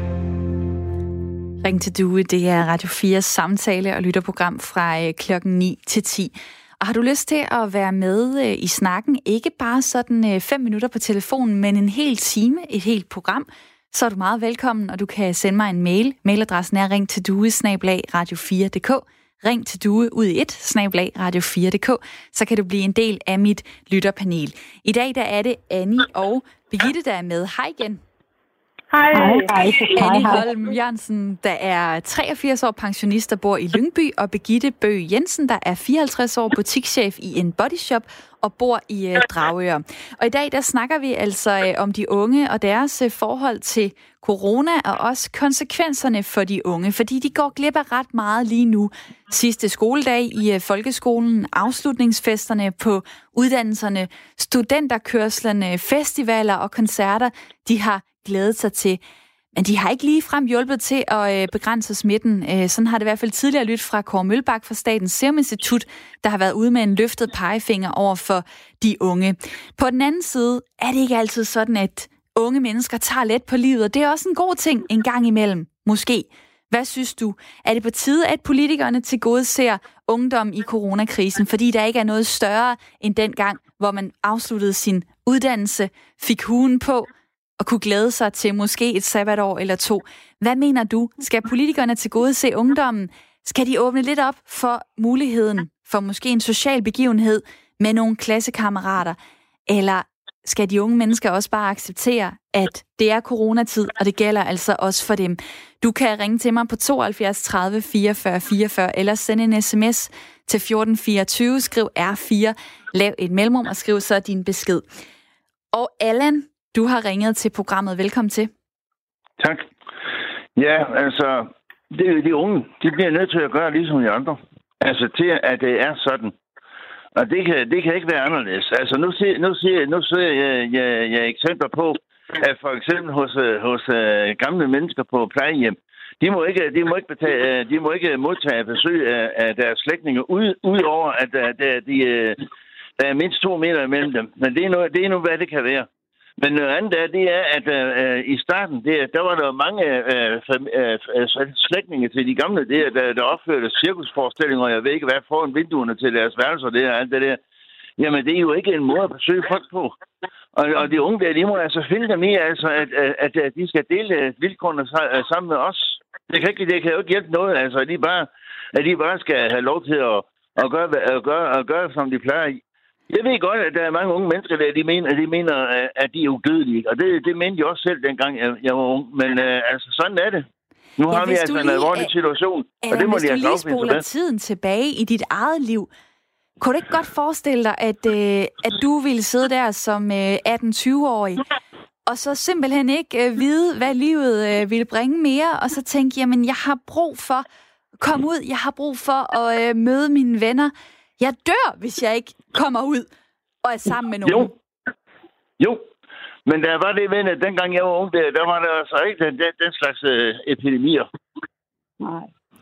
Ring til Due, det er Radio fires samtale- og lytterprogram fra klokken ni til ti. Og har du lyst til at være med i snakken, ikke bare sådan fem minutter på telefonen, men en hel time, et helt program, så er du meget velkommen, og du kan sende mig en mail. Mailadressen er ring til due snabel-a radio fire punktum d k. Ring til Due ud i et, snabel-a radio fire punktum d k. Så kan du blive en del af mit lytterpanel. I dag der er det Annie og Birgitte, der er med. Hej igen. Hej. Hej. Annie Holm Jørgensen, der er treogfirs år, pensionist, der bor i Lyngby, og Birgitte Bøgh Jensen, der er fireoghalvtreds år, butikschef i en bodyshop og bor i uh, Dragør. Og i dag, der snakker vi altså uh, om de unge og deres uh, forhold til corona, og også konsekvenserne for de unge, fordi de går glip af ret meget lige nu. Sidste skoledag i uh, folkeskolen, afslutningsfesterne på uddannelserne, studenterkørslerne, festivaler og koncerter, de har glædet sig til. Men de har ikke lige frem hjulpet til at øh, begrænse smitten. Øh, sådan har det i hvert fald tidligere lyttet fra Kåre Mølbak fra Statens Serum Institut, der har været ude med en løftet pegefinger over for de unge. På den anden side er det ikke altid sådan, at unge mennesker tager let på livet, og det er også en god ting en gang imellem. Måske. Hvad synes du? Er det på tide, at politikerne tilgodeser ungdom i coronakrisen, fordi der ikke er noget større end den gang, hvor man afsluttede sin uddannelse, fik huen på, og kunne glæde sig til måske et sabbatår eller to. Hvad mener du? Skal politikerne tilgodese ungdommen? Skal de åbne lidt op for muligheden for måske en social begivenhed med nogle klassekammerater? Eller skal de unge mennesker også bare acceptere, at det er coronatid, og det gælder altså også for dem? Du kan ringe til mig på tooghalvfjerds tredive fireogfyrre fireogfyrre, eller sende en sms til fjorten fireogtyve, skriv R fire, lav et mellemrum og skriv så din besked. Og Allan, du har ringet til programmet. Velkommen til. Tak. Ja, altså, det, de unge, de bliver nødt til at gøre ligesom de andre. Altså til, at det er sådan. Og det kan, det kan ikke være anderledes. Altså, nu ser, nu ser, nu ser jeg, jeg, jeg eksempler på, at for eksempel hos, hos uh, gamle mennesker på plejehjem, de må ikke, de må ikke, betale, de må ikke modtage besøg af, af deres slægtninge, ud, ud over, at uh, der, de, uh, der er mindst to meter imellem dem. Men det er nu, det er nu hvad det kan være. Men noget andet er, det er, at øh, i starten, det, der var der mange øh, øh, slægtninge til de gamle, der, der, der opførte cirkusforestillinger, og jeg ved ikke hvad, foran vinduerne til deres værelser, det og alt det der. Jamen, det er jo ikke en måde at besøge folk på. Og, og de unge der, de må altså finde dem i, altså, at, at, at de skal dele vilkårene sammen med os. Det kan, ikke, det kan jo ikke hjælpe noget, altså, at de bare, at de bare skal have lov til at, at, gøre, at, gøre, at gøre, som de plejer i. Jeg ved godt, at der er mange unge mennesker, der de mener, de mener, at de er udødelige. Og det, det mente jeg også selv, dengang jeg var ung. Men øh, altså, sådan er det. Nu ja, har vi altså en alvorlig situation, og det må de have lov til. Hvis du lige spoler tiden tilbage i dit eget liv, kunne du ikke godt forestille dig, at, øh, at du ville sidde der som øh, atten-tyve-årig, og så simpelthen ikke øh, vide, hvad livet øh, ville bringe mere, og så tænke, jamen, jeg har brug for at komme ud, jeg har brug for at øh, møde mine venner. Jeg dør, hvis jeg ikke kommer ud og er sammen med nogen. Jo, jo. Men der var det ved, at dengang jeg var ung, der, der var der altså ikke den, den, den slags øh, epidemier. Nej.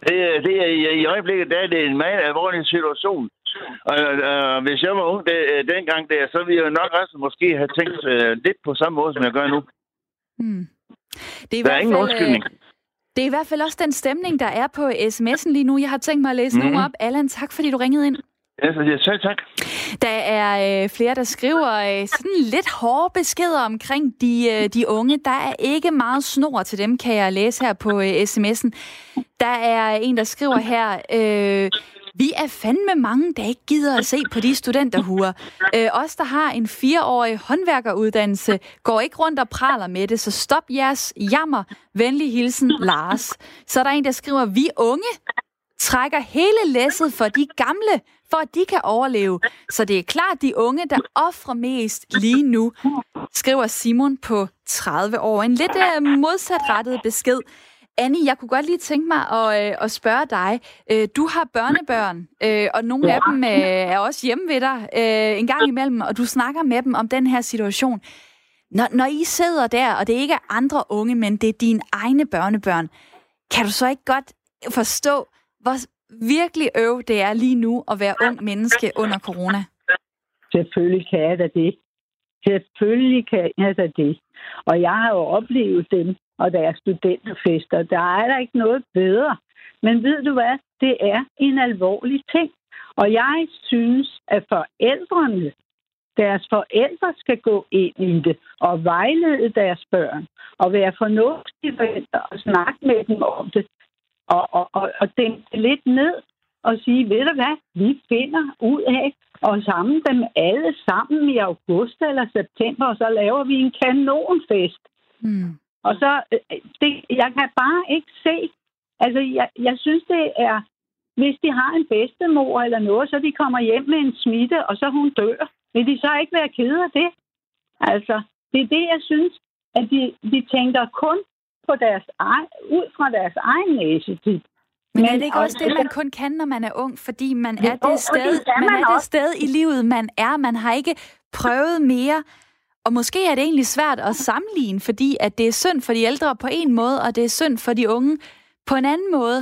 Det, det er, i øjeblikket der er det en meget alvorlig situation. Og øh, hvis jeg var ung det, dengang der, så ville jeg nok også måske have tænkt øh, lidt på samme måde, som jeg gør nu. Hmm. Det er der er ingen undskyldning. Det er i hvert fald også den stemning, der er på sms'en lige nu. Jeg har tænkt mig at læse mm. nogle op. Allan, tak fordi du ringede ind. Ja, selv tak. Der er øh, flere, der skriver øh, sådan lidt hårde beskeder omkring de, øh, de unge. Der er ikke meget snor til dem, kan jeg læse her på øh, sms'en. Der er en, der skriver her... Øh, Vi er fandme mange, der ikke gider at se på de studenterhuer. Øh, os, der har en fireårig håndværkeruddannelse, går ikke rundt og praler med det, så stop jeres jammer. Venlig hilsen, Lars. Så er der en, der skriver, vi unge trækker hele læsset for de gamle, for at de kan overleve. Så det er klart de unge, der offrer mest lige nu, skriver Simon på tredive år. En lidt uh, modsatrettet besked. Annie, jeg kunne godt lige tænke mig at, øh, at spørge dig. Øh, du har børnebørn, øh, og nogle ja. af dem øh, er også hjemme ved dig øh, en gang imellem, og du snakker med dem om den her situation. Når, når I sidder der, og det ikke er andre unge, men det er dine egne børnebørn, kan du så ikke godt forstå, hvor virkelig øv det er lige nu at være ung menneske under corona? Selvfølgelig kan jeg da det. Selvfølgelig kan jeg da det. Og jeg har jo oplevet dem, og deres studenterfester. Der er der ikke noget bedre. Men ved du hvad? Det er en alvorlig ting. Og jeg synes, at forældrene, deres forældre skal gå ind i det og vejlede deres børn og være fornuftige forældre og snakke med dem om det. Og, og, og, og dæmpe lidt ned og sige, ved du hvad? Vi finder ud af og samle dem alle sammen i august eller september, og så laver vi en kanonfest. Mm. Og så, det, jeg kan bare ikke se, altså jeg, jeg synes det er, hvis de har en bedstemor eller noget, så de kommer hjem med en smitte, og så hun dør. Vil de så ikke være kede af det? Altså, det er det, jeg synes, at de, de tænker kun på deres egen, ud fra deres egen næsetid. Men er det ikke også det, man kun kan, når man er ung, fordi man er det sted, man er det sted i livet, man er. Man har ikke prøvet mere. Og måske er det egentlig svært at sammenligne, fordi at det er synd for de ældre på en måde, og det er synd for de unge på en anden måde.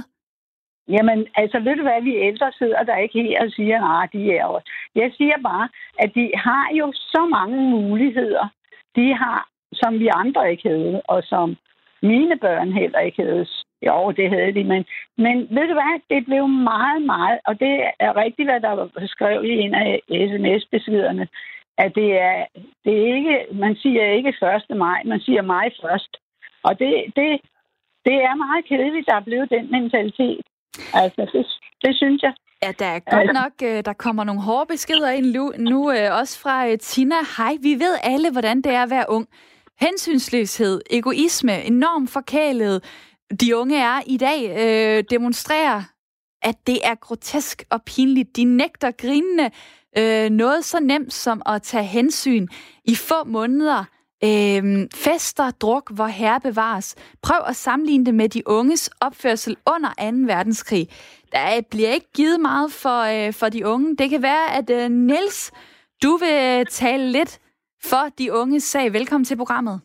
Jamen, altså ved du hvad, vi ældre sidder der ikke helt og siger, nej, de er jo. Jeg siger bare, at de har jo så mange muligheder. De har, som vi andre ikke havde, og som mine børn heller ikke havde. Jo, det havde de, men, men ved du hvad, det blev meget, meget, og det er rigtigt, hvad der var skrevet i en af sms-beskederne, at det er, det er ikke, man siger ikke første maj, man siger maj først. Og det, det, det er meget kedeligt, der er blevet den mentalitet. Altså, det, det synes jeg. Ja, der er godt nok, der kommer nogle hårde beskeder ind nu, nu også fra Tina. Hej, vi ved alle, hvordan det er at være ung. Hensynsløshed, egoisme, enormt forkælet. De unge er i dag øh, demonstrerer, at det er grotesk og pinligt. De nægter grinende øh, noget så nemt som at tage hensyn i få måneder. Øh, fester, druk, hvor herre bevares. Prøv at sammenligne det med de unges opførsel under anden verdenskrig. Der bliver ikke givet meget for, øh, for de unge. Det kan være, at øh, Niels, du vil tale lidt for de unges sag. Velkommen til programmet.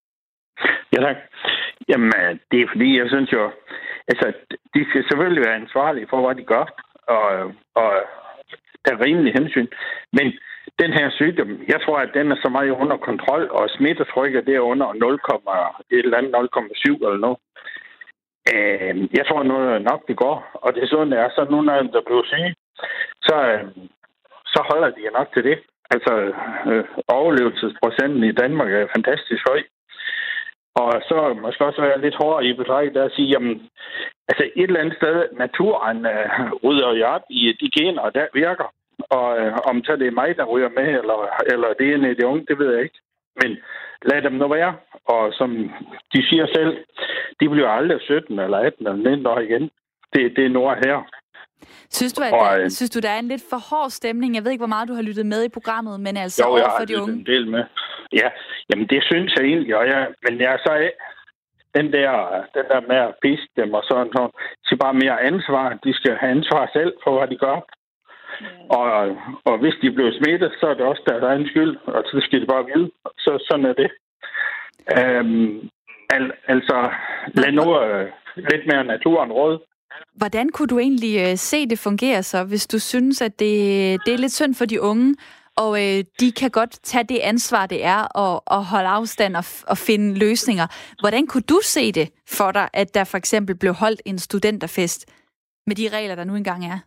Ja, tak. Jamen, det er fordi, jeg synes jo, altså, de skal selvfølgelig være ansvarlige for, hvad de gør, og, og tage rimelig hensyn. Men den her sygdom, jeg tror, at den er så meget under kontrol, og smittetrykket det er under nul, et eller andet nul komma syv eller noget. Jeg tror noget nok, det går, og det er sådan, der er så nogle af dem, der bliver syge, så, så holder de nok til det. Altså, overlevelsesprocenten i Danmark er fantastisk høj. Og så måske også være lidt hårdere i betrækket der at sige, jamen, altså et eller andet sted, naturen øh, rydder jo op i de gener, der virker. Og øh, om så det er mig, der ryger med, eller, eller det er de unge, det ved jeg ikke. Men lad dem nu være. Og som de siger selv, de bliver aldrig sytten eller atten eller nitten år igen. Det, det er noget her. Synes du, at der, og, øh, synes du, der er en lidt for hård stemning? Jeg ved ikke, hvor meget du har lyttet med i programmet, men altså jo, over for de unge. Jo, jeg har en del med. Ja, jamen det synes jeg egentlig, og jeg, men jeg er så af den der, den der med at piske dem og sådan noget. De er bare mere ansvar. De skal have ansvar selv for, hvad de gør. Mm. Og, og hvis de bliver smittet, så er det også deres egen skyld, og så skal de bare vide. Så sådan er det. Øhm, al, altså, lad nu øh, lidt mere naturen råd. Hvordan kunne du egentlig øh, se det fungere så, hvis du synes, at det, det er lidt synd for de unge, og øh, de kan godt tage det ansvar, det er at, at holde afstand og, og finde løsninger. Hvordan kunne du se det for dig, at der for eksempel blev holdt en studenterfest med de regler, der nu engang er?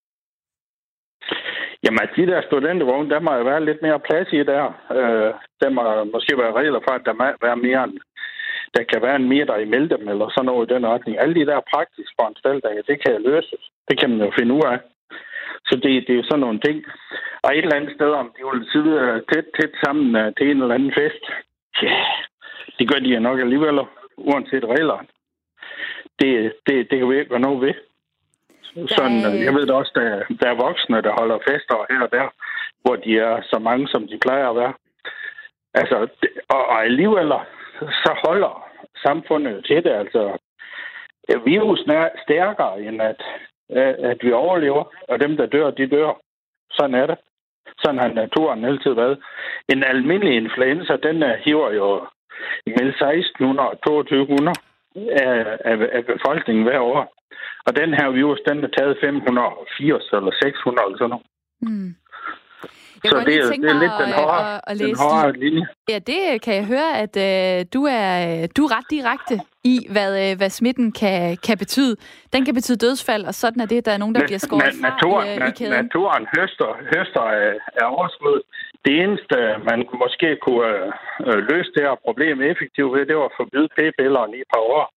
Jamen, de der studentervogne, der må jo være lidt mere plads i der. Øh, der må måske være regler for, at der må være mere end, der kan være en meter imellem dem, eller sådan noget i den retning. Alle de der praktiske foranstaltninger, det kan løses. Det kan man jo finde ud af. Så det, det er jo sådan nogle ting. Og et eller andet sted, om de vil sidde tæt, tæt sammen til en eller anden fest, ja, det gør de jo nok alligevel, uanset reglerne. Det, det, det kan vi ikke være noget ved. Sådan, jeg ved da også, der, der er voksne, der holder fester her og der, hvor de er så mange, som de plejer at være. Altså, og, og alligevel så holder samfundet til det. Altså, virusen er stærkere, end at, at vi overlever, og dem, der dør, de dør. Sådan er det. Sådan har naturen altid været. En almindelig influenza, den hiver jo mellem seksten hundrede og toogtyve hundrede af, af, af befolkningen hver år. Og den her virus, den er taget fem hundrede og firs eller seks hundrede eller sådan noget. Mm. Så det, det er lidt den hårde, at, at den hårde linje. Ja, det kan jeg høre, at øh, du, er, du er ret direkte i, hvad, øh, hvad smitten kan, kan betyde. Den kan betyde dødsfald, og sådan er det, der er nogen, der bliver skåret fra naturen, i, i kæden. Naturen høster, høster af, af overskud. Det eneste, man måske kunne øh, løse det her problem effektivt ved, det var at forbyde p-pillerne i et par år.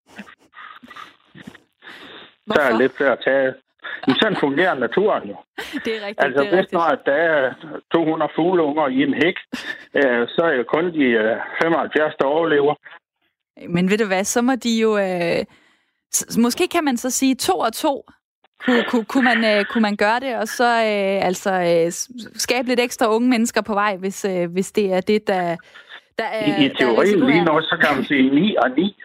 Hvorfor? Så er lidt til at tage. Men sådan fungerer naturen jo. Det er rigtigt. Altså, det er hvis når der er to hundrede fugleunger i en hæk, øh, så er jo kun de øh, femoghalvfjerds, der overlever. Men ved du hvad, så må de jo... Øh, s- måske kan man så sige to og to. Kunne, kunne, kunne, man, øh, kunne man gøre det, og så øh, altså øh, skabe lidt ekstra unge mennesker på vej, hvis, øh, hvis det er det, der, der er... I, i teorien lige nu, så kan man sige ni og ni.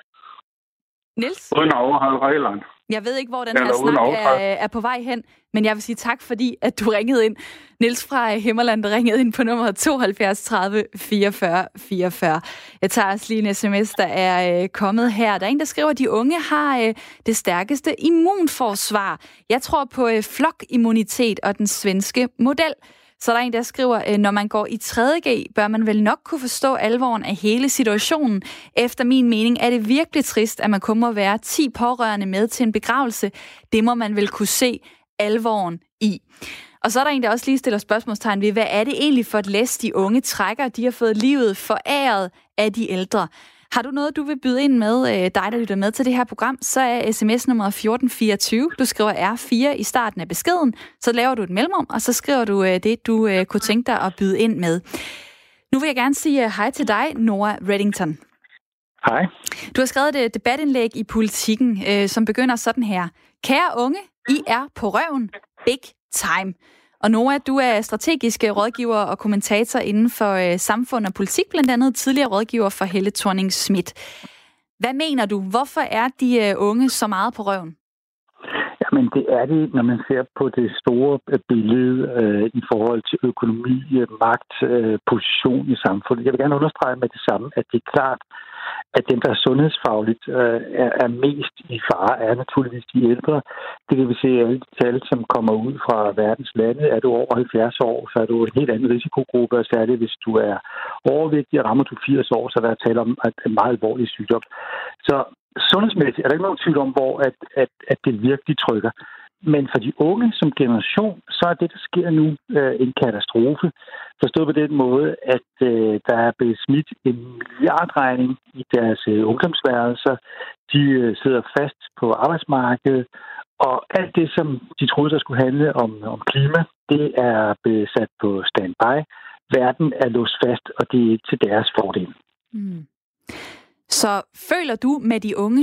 Niels? Uden at overholde reglerne. Jeg ved ikke, hvor den her snak er, er på vej hen, men jeg vil sige tak, fordi at du ringede ind. Niels fra Himmerland ringede ind på nummer tooghalvfjerds tredive fireogfyrre fireogfyrre. Jeg tager også lige en sms, der er øh, kommet her. Der er en, der skriver, at de unge har øh, det stærkeste immunforsvar. Jeg tror på øh, flokimmunitet og den svenske model. Så der er en, der skriver, at når man går i tredje G, bør man vel nok kunne forstå alvoren af hele situationen. Efter min mening er det virkelig trist, at man kun må være ti pårørende med til en begravelse. Det må man vel kunne se alvoren i. Og så er der en, der også lige stiller spørgsmålstegn ved, hvad er det egentlig for et læs, de unge trækker? De har fået livet foræret af de ældre. Har du noget, du vil byde ind med, dig der lytter med til det her program, så er sms-nummeret fjorten fireogtyve. Du skriver R fire i starten af beskeden, så laver du et mellemrum, og så skriver du det, du kunne tænke dig at byde ind med. Nu vil jeg gerne sige hej til dig, Nora Reddington. Hej. Du har skrevet et debatindlæg i Politikken, som begynder sådan her. Kære unge, I er på røven. Big time. Og Nora, du er strategisk rådgiver og kommentator inden for øh, samfund og politik, blandt andet tidligere rådgiver for Helle Thorning-Schmidt. Hvad mener du? Hvorfor er de øh, unge så meget på røven? Jamen, det er det, når man ser på det store billede øh, i forhold til økonomi, magt, øh, position i samfundet. Jeg vil gerne understrege med det samme, at det er klart, at dem, der er sundhedsfagligt øh, er, er mest i fare, er naturligvis de ældre. Det kan vi se i alle de tal, som kommer ud fra verdens lande. Er du over halvfjerds år, så er du en helt anden risikogruppe, og særligt hvis du er overvægtig, og rammer du firs år, så er der tale om en meget alvorlig sygdom. Så sundhedsmæssigt er der ikke nogen tvivl om, hvor at, at, at det virkelig trykker. Men for de unge som generation, så er det, der sker nu, øh, en katastrofe. Forstået på den måde, at øh, der er blevet smidt en milliardregning i deres øh, ungdomsværelser. De øh, sidder fast på arbejdsmarkedet, og alt det, som de troede, der skulle handle om, om klima, det er blevet sat på standby. Verden er låst fast, og det er ikke til deres fordel. Mm. Så føler du med de unge?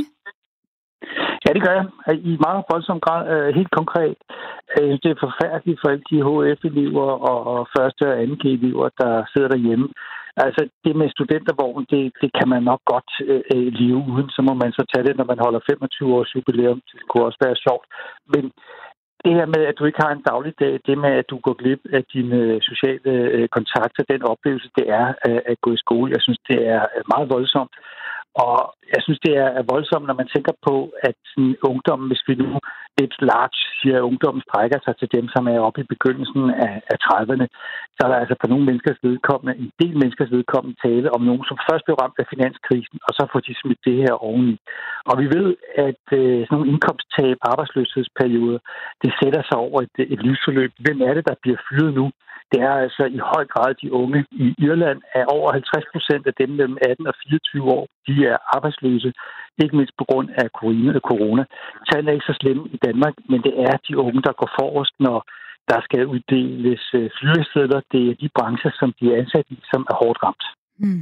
Ja, det gør jeg. I meget voldsom grad. Helt konkret. Det er forfærdeligt for alle de H F-elever og første- og anden G-elever, der sidder derhjemme. Altså, det med studentervogn, det, det kan man nok godt øh, leve uden. Så må man så tage det, når man holder femogtyve års jubilæum. Det kunne også være sjovt. Men det her med, at du ikke har en dagligdag, det med, at du går glip af dine sociale øh, kontakter, den oplevelse, det er øh, at gå i skole. Jeg synes, det er meget voldsomt. Og jeg synes, det er voldsomt, når man tænker på, at sådan, ungdommen, hvis vi nu et large siger, at ungdommen strækker sig til dem, som er oppe i begyndelsen af, af trediverne, så er der altså for nogle menneskers vedkommende, en del menneskers vedkommende tale om nogen, som først blev ramt af finanskrisen, og så får de smidt det her oveni. Og vi ved, at øh, sådan nogle indkomsttab, arbejdsløshedsperioder, det sætter sig over et, et livsforløb. Hvem er det, der bliver fyret nu? Det er altså i høj grad de unge. I Irland er over halvtreds procent af dem mellem atten og fireogtyve år, de er arbejdsløse, ikke mindst på grund af corona. Tallene er ikke så slemme i Danmark, men det er de unge, der går forrest, når der skal uddeles fyresedler. Det er de brancher, som de er ansat i, som er hårdt ramt. Hmm.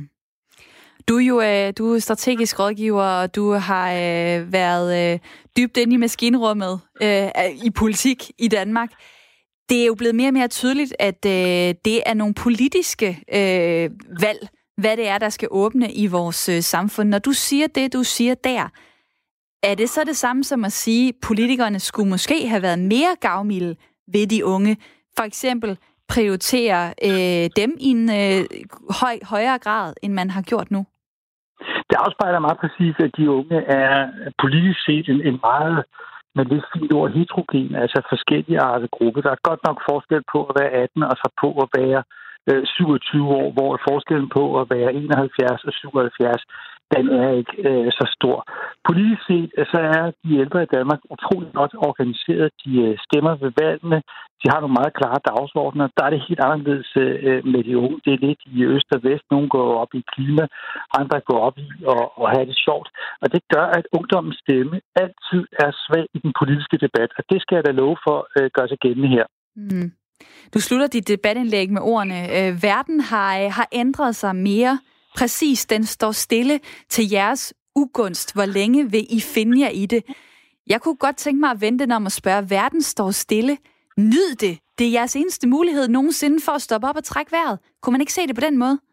Du er jo du er strategisk rådgiver, og du har øh, været øh, dybt inde i maskinrummet øh, i politik i Danmark. Det er jo blevet mere og mere tydeligt, at øh, det er nogle politiske øh, valg, hvad det er, der skal åbne i vores øh, samfund. Når du siger det, du siger der, er det så det samme som at sige, at politikerne skulle måske have været mere gavmilde ved de unge? For eksempel prioritere øh, dem i en øh, høj, højere grad, end man har gjort nu? Det afspejler meget præcis, at de unge er politisk set en, en meget... men det er fint ord heterogen, altså forskellige arter grupper. Der er godt nok forskel på at være atten og så på at være øh, syvogtyve år, hvor forskellen på at være enoghalvfjerds og syvoghalvfjerds, den er ikke øh, så stor. Politisk set så er de ældre i Danmark utroligt godt organiseret. De øh, stemmer ved valgene. De har nogle meget klare dagsordner. Der er det helt anderledes øh, med de unge. Det er lidt i øst og vest. Nogle går op i klima, andre går op i at, at have det sjovt. Og det gør, at ungdommens stemme altid er svag i den politiske debat. Og det skal jeg da love for at øh, gøre sig gældende her. Mm. Du slutter dit debatindlæg med ordene. Øh, verden har, har ændret sig mere. Præcis, den står stille til jeres ugunst. Hvor længe vil I finde jer i det? Jeg kunne godt tænke mig at vente om at spørge, verden står stille. Nyd det. Det er jeres eneste mulighed nogensinde for at stoppe op og trække vejret. Kunne man ikke se det på den måde?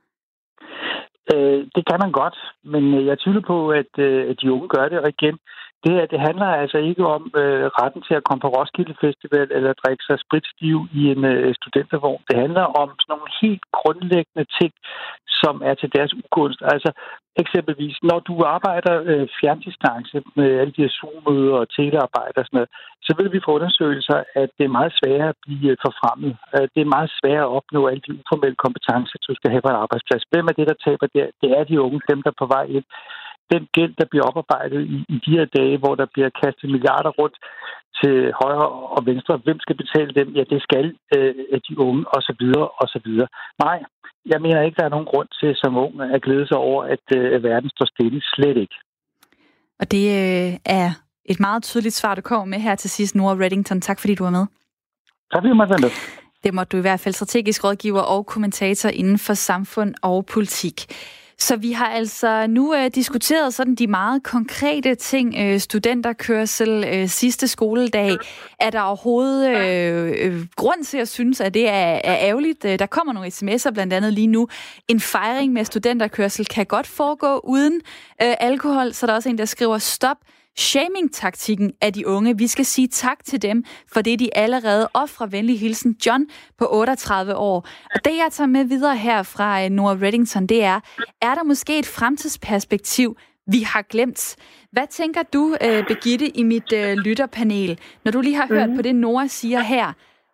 Øh, det kan man godt, men jeg tvivler på, at, at de unge gør det. Og igen, det her, det handler altså ikke om øh, retten til at komme på Roskilde Festival eller drikke sig spritstiv i en øh, studentervogn. Det handler om sådan nogle helt grundlæggende ting, som er til deres ugunst. Altså eksempelvis, når du arbejder øh, fjerndistance med alle de her Zoom-møder og telearbejde og sådan noget, så ved vi fra undersøgelser, at det er meget sværere at blive forfremmet. Det er meget sværere at opnå alle de uformelle kompetencer, du skal have på en arbejdsplads. Hvem er det, der taber der? Det er de unge, dem der er på vej ind. Den gæld, der bliver oparbejdet i, i de her dage, hvor der bliver kastet milliarder rundt til højre og venstre. Hvem skal betale dem? Ja, det skal øh, de unge, og så videre, og så videre. Nej, jeg mener ikke, der er nogen grund til som ung at glæde sig over, at øh, verden står stille. Slet ikke. Og det øh, er et meget tydeligt svar, du kommer med her til sidst, Nora Reddington. Tak fordi du var med. Tak fordi du var med. Det måtte du i hvert fald strategisk rådgiver og kommentator inden for samfund og politik. Så vi har altså nu øh, diskuteret sådan de meget konkrete ting. Øh, studenterkørsel, øh, sidste skoledag. Er der overhovedet øh, øh, grund til at synes, at det er, er ærgerligt? Der kommer nogle sms'er blandt andet lige nu. En fejring med studenterkørsel kan godt foregå uden øh, alkohol. Så er der også en, der skriver, stop shaming-taktikken af de unge. Vi skal sige tak til dem, for det de allerede ofrer. Venlig hilsen, John på otteogtredive år. Og det, jeg tager med videre her fra Nora Reddington, det er, er der måske et fremtidsperspektiv, vi har glemt? Hvad tænker du, Birgitte, i mit lytterpanel, når du lige har hørt mm. på det, Nora siger her?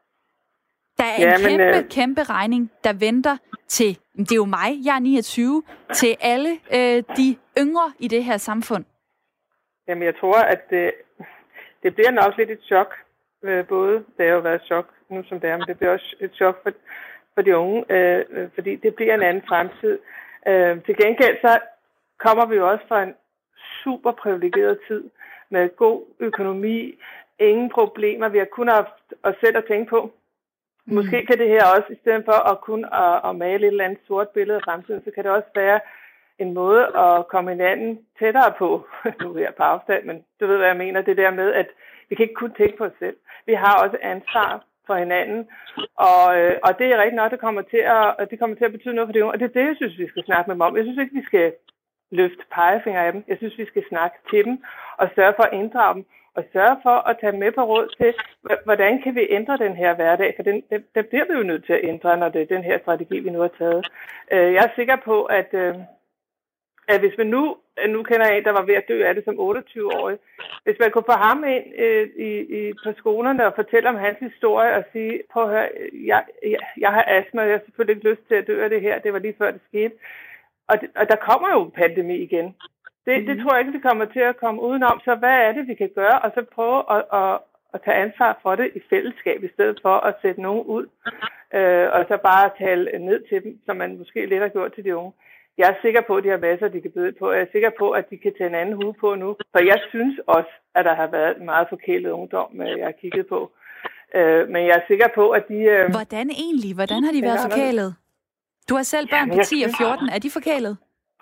Der er en ja, kæmpe, men, øh... kæmpe regning, der venter til, det er jo mig, jeg er niogtyve, til alle øh, de yngre i det her samfund. Jamen, jeg tror, at det, det bliver nok lidt et chok. Både, det har jo været et chok nu som det er, men det bliver også et chok for, for de unge, øh, fordi det bliver en anden fremtid. Øh, til gengæld så kommer vi jo også fra en super privilegeret tid med god økonomi, ingen problemer. Vi har kun haft os selv at tænke på. Mm. Måske kan det her også, i stedet for at kun at, at male et eller andet sort billede af fremtiden, så kan det også være en måde at komme hinanden tættere på. Nu er jeg på afstand, men du ved, hvad jeg mener. Det der med, at vi kan ikke kun tænke på os selv. Vi har også ansvar for hinanden, og, og det er rigtig noget, der kommer til at, det kommer til at betyde noget for det unge. Og det er det, jeg synes, vi skal snakke med dem om. Jeg synes ikke, vi skal løfte pegefinger af dem. Jeg synes, vi skal snakke til dem og sørge for at inddrage dem, og sørge for at tage dem med på råd til, hvordan kan vi ændre den her hverdag, for den, den, den bliver vi jo nødt til at ændre, når det er den her strategi, vi nu har taget. Jeg er sikker på, at at hvis man nu, nu kender jeg en, der var ved at dø af det som otteogtyve-årig, hvis man kunne få ham ind øh, i, i, på skolerne og fortælle om hans historie og sige, prøv at høre, jeg, jeg, jeg har astma, og jeg har selvfølgelig ikke lyst til at dø af det her, det var lige før det skete. Og, det, og der kommer jo en pandemi igen. Det, det tror jeg ikke, vi kommer til at komme udenom. Så hvad er det, vi kan gøre? Og så prøve at, at, at tage ansvar for det i fællesskab, i stedet for at sætte nogen ud. Øh, og så bare tale ned til dem, som man måske lidt har gjort til de unge. Jeg er sikker på, at de har masser, de kan byde på. Jeg er sikker på, at de kan tage en anden hue på nu. For jeg synes også, at der har været en meget forkælet ungdom, jeg har kigget på. Øh, men jeg er sikker på, at de... Øh... Hvordan egentlig? Hvordan har de været forkælet? Du har selv børn på ti og fjorten. Er de forkælet?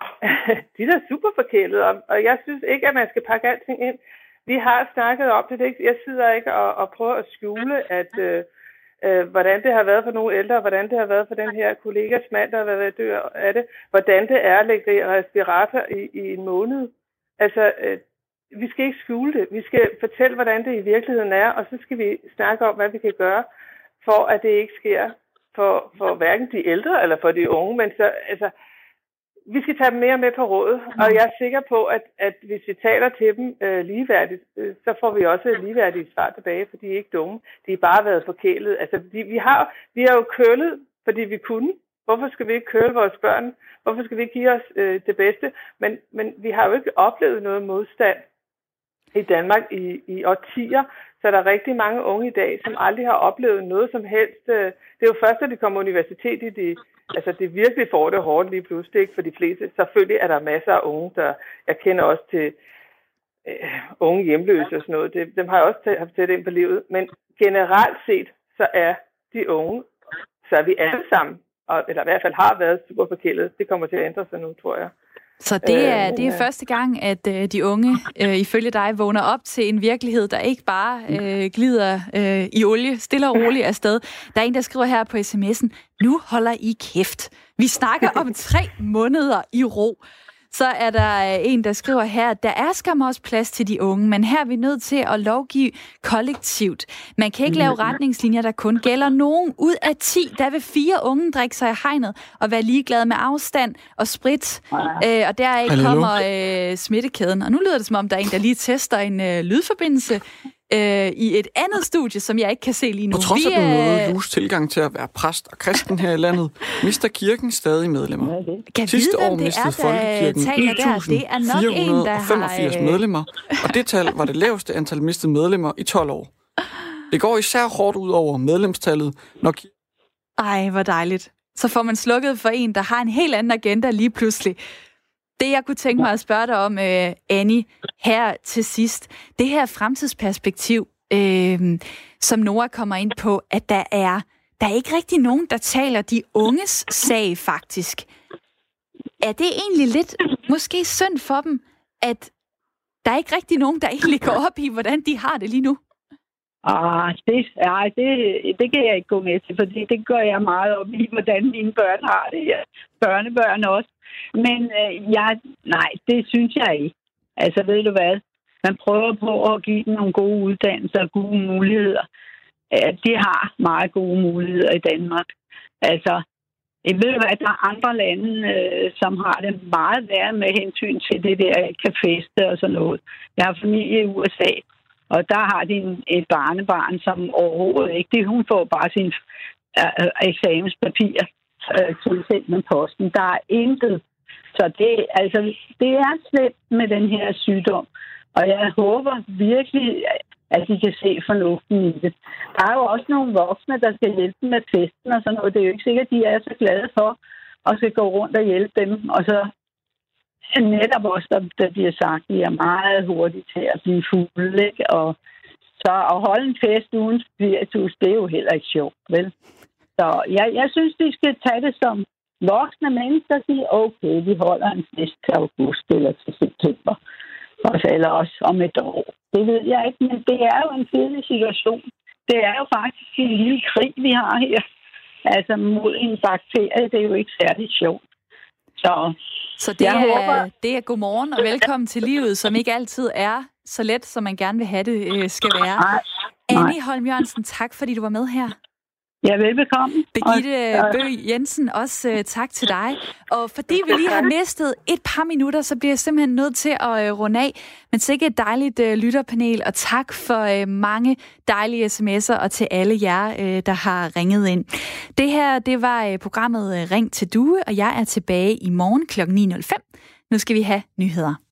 De er da super forkælet, og jeg synes ikke, at man skal pakke alting ind. Vi har snakket om det. Jeg sidder ikke og, og prøver at skjule, at... Øh, Øh, hvordan det har været for nogle ældre, hvordan det har været for den her kollegas mand, der har været dør af det, hvordan det er at lægge respirator i, i en måned. Altså, øh, vi skal ikke skjule det. Vi skal fortælle, hvordan det i virkeligheden er, og så skal vi snakke om, hvad vi kan gøre, for at det ikke sker for, for hverken de ældre eller for de unge. Men så, altså, vi skal tage dem mere med på rådet, og jeg er sikker på, at, at hvis vi taler til dem øh, ligeværdigt, øh, så får vi også ligeværdige svar tilbage, for de er ikke dumme. De har bare været forkælet. Altså, de, vi, har, vi har jo kølet, fordi vi kunne. Hvorfor skal vi ikke køle vores børn? Hvorfor skal vi ikke give os øh, det bedste? Men, men vi har jo ikke oplevet noget modstand i Danmark i, i årtier, så der er rigtig mange unge i dag, som aldrig har oplevet noget som helst. Øh, det er jo først, at de kommer universitet i de Altså, det virkelig får det hårdt lige pludselig, ikke for de fleste. Selvfølgelig er der masser af unge, der... Jeg kender også til øh, unge hjemløse og sådan noget. Det, dem har jeg også haft tæt ind på livet. Men generelt set, så er de unge, så er vi alle sammen, og, eller i hvert fald har været super forkælet. Det kommer til at ændre sig nu, tror jeg. Så det er, det er første gang, at øh, de unge, øh, ifølge dig, vågner op til en virkelighed, der ikke bare øh, glider øh, i olie, stille og roligt afsted. Der er en, der skriver her på sms'en, nu holder I kæft. Vi snakker om tre måneder i ro. Så er der en, der skriver her, der er skam også plads til de unge, men her er vi nødt til at lovgive kollektivt. Man kan ikke lave retningslinjer, der kun gælder nogen. Ud af ti, der vil fire unge drikke sig i hegnet og være ligeglade med afstand og sprit. Øh, og deraf kommer øh, smittekæden. Og nu lyder det, som om der er en, der lige tester en øh, lydforbindelse øh, i et andet studie, som jeg ikke kan se lige nu. På trods af vi, den øh... måde Lus tilgang til at være præst og kristen her i landet, mister kirken stadig medlemmer. Kan Sidste vide, år det mistede er, folkekirken et tusind fire hundrede og femogfirs har, øh... medlemmer, og det tal var det laveste antal mistede medlemmer i tolv år. Det går især hårdt ud over medlemstallet, når... Ej, hvor dejligt. Så får man slukket for en, der har en helt anden agenda lige pludselig. Det, jeg kunne tænke mig at spørge dig om, uh, Annie, her til sidst, det her fremtidsperspektiv, øh, som Nora kommer ind på, at der er, der er ikke rigtig nogen, der taler de unges sag, faktisk. Er det egentlig lidt måske synd for dem, at der er ikke rigtig nogen, der egentlig går op i, hvordan de har det lige nu? Ah, det, ej, det, det kan jeg ikke gå med til, fordi det gør jeg meget op i, hvordan mine børn har det. Ja. Børnebørn også. Men øh, jeg, nej, det synes jeg ikke. Altså, ved du hvad? Man prøver på at give dem nogle gode uddannelser og gode muligheder. Øh, de har meget gode muligheder i Danmark. Altså, jeg ved du hvad, der er andre lande, øh, som har det meget værre med hensyn til det der caféste og sådan noget. Jeg har familie i U S A, og der har de en, et barnebarn, som overhovedet ikke... Det, hun får bare sin øh, eksamenspapir øh, tilsendt med posten. Der er intet. Så det, altså, det er slemt med den her sygdom. Og jeg håber virkelig, at de kan se fornuften i det. Der er jo også nogle voksne, der skal hjælpe med testen og sådan noget. Det er jo ikke sikkert, at de er så glade for at skal gå rundt og hjælpe dem. Og så netop også, der, der bliver sagt, at de er meget hurtige til at blive fulde, ikke? Og så at holde en fest uden spiritus, det er jo heller ikke sjovt, vel? Så jeg, jeg synes, de skal tage det som voksne mennesker og sige, okay, vi holder en fest til august eller til september. Eller også om et år. Det ved jeg ikke, men det er jo en fedelig situation. Det er jo faktisk en lille krig, vi har her. Altså mod en bakterie, det er jo ikke særlig sjovt. Så, så det, jeg er, håber... det er godmorgen og velkommen til livet, som ikke altid er så let, som man gerne vil have det øh, skal være. Nej, nej. Annie Holm Jørgensen, tak fordi du var med her. Ja, velbekomme. Birgitte Bøgh Jensen, også uh, tak til dig. Og fordi vi lige har mistet et par minutter, så bliver jeg simpelthen nødt til at uh, runde af. Men sikkert et dejligt uh, lytterpanel, og tak for uh, mange dejlige sms'er, og til alle jer, uh, der har ringet ind. Det her, det var uh, programmet uh, Ring til Due, og jeg er tilbage i morgen klokken ni nul fem. Nu skal vi have nyheder.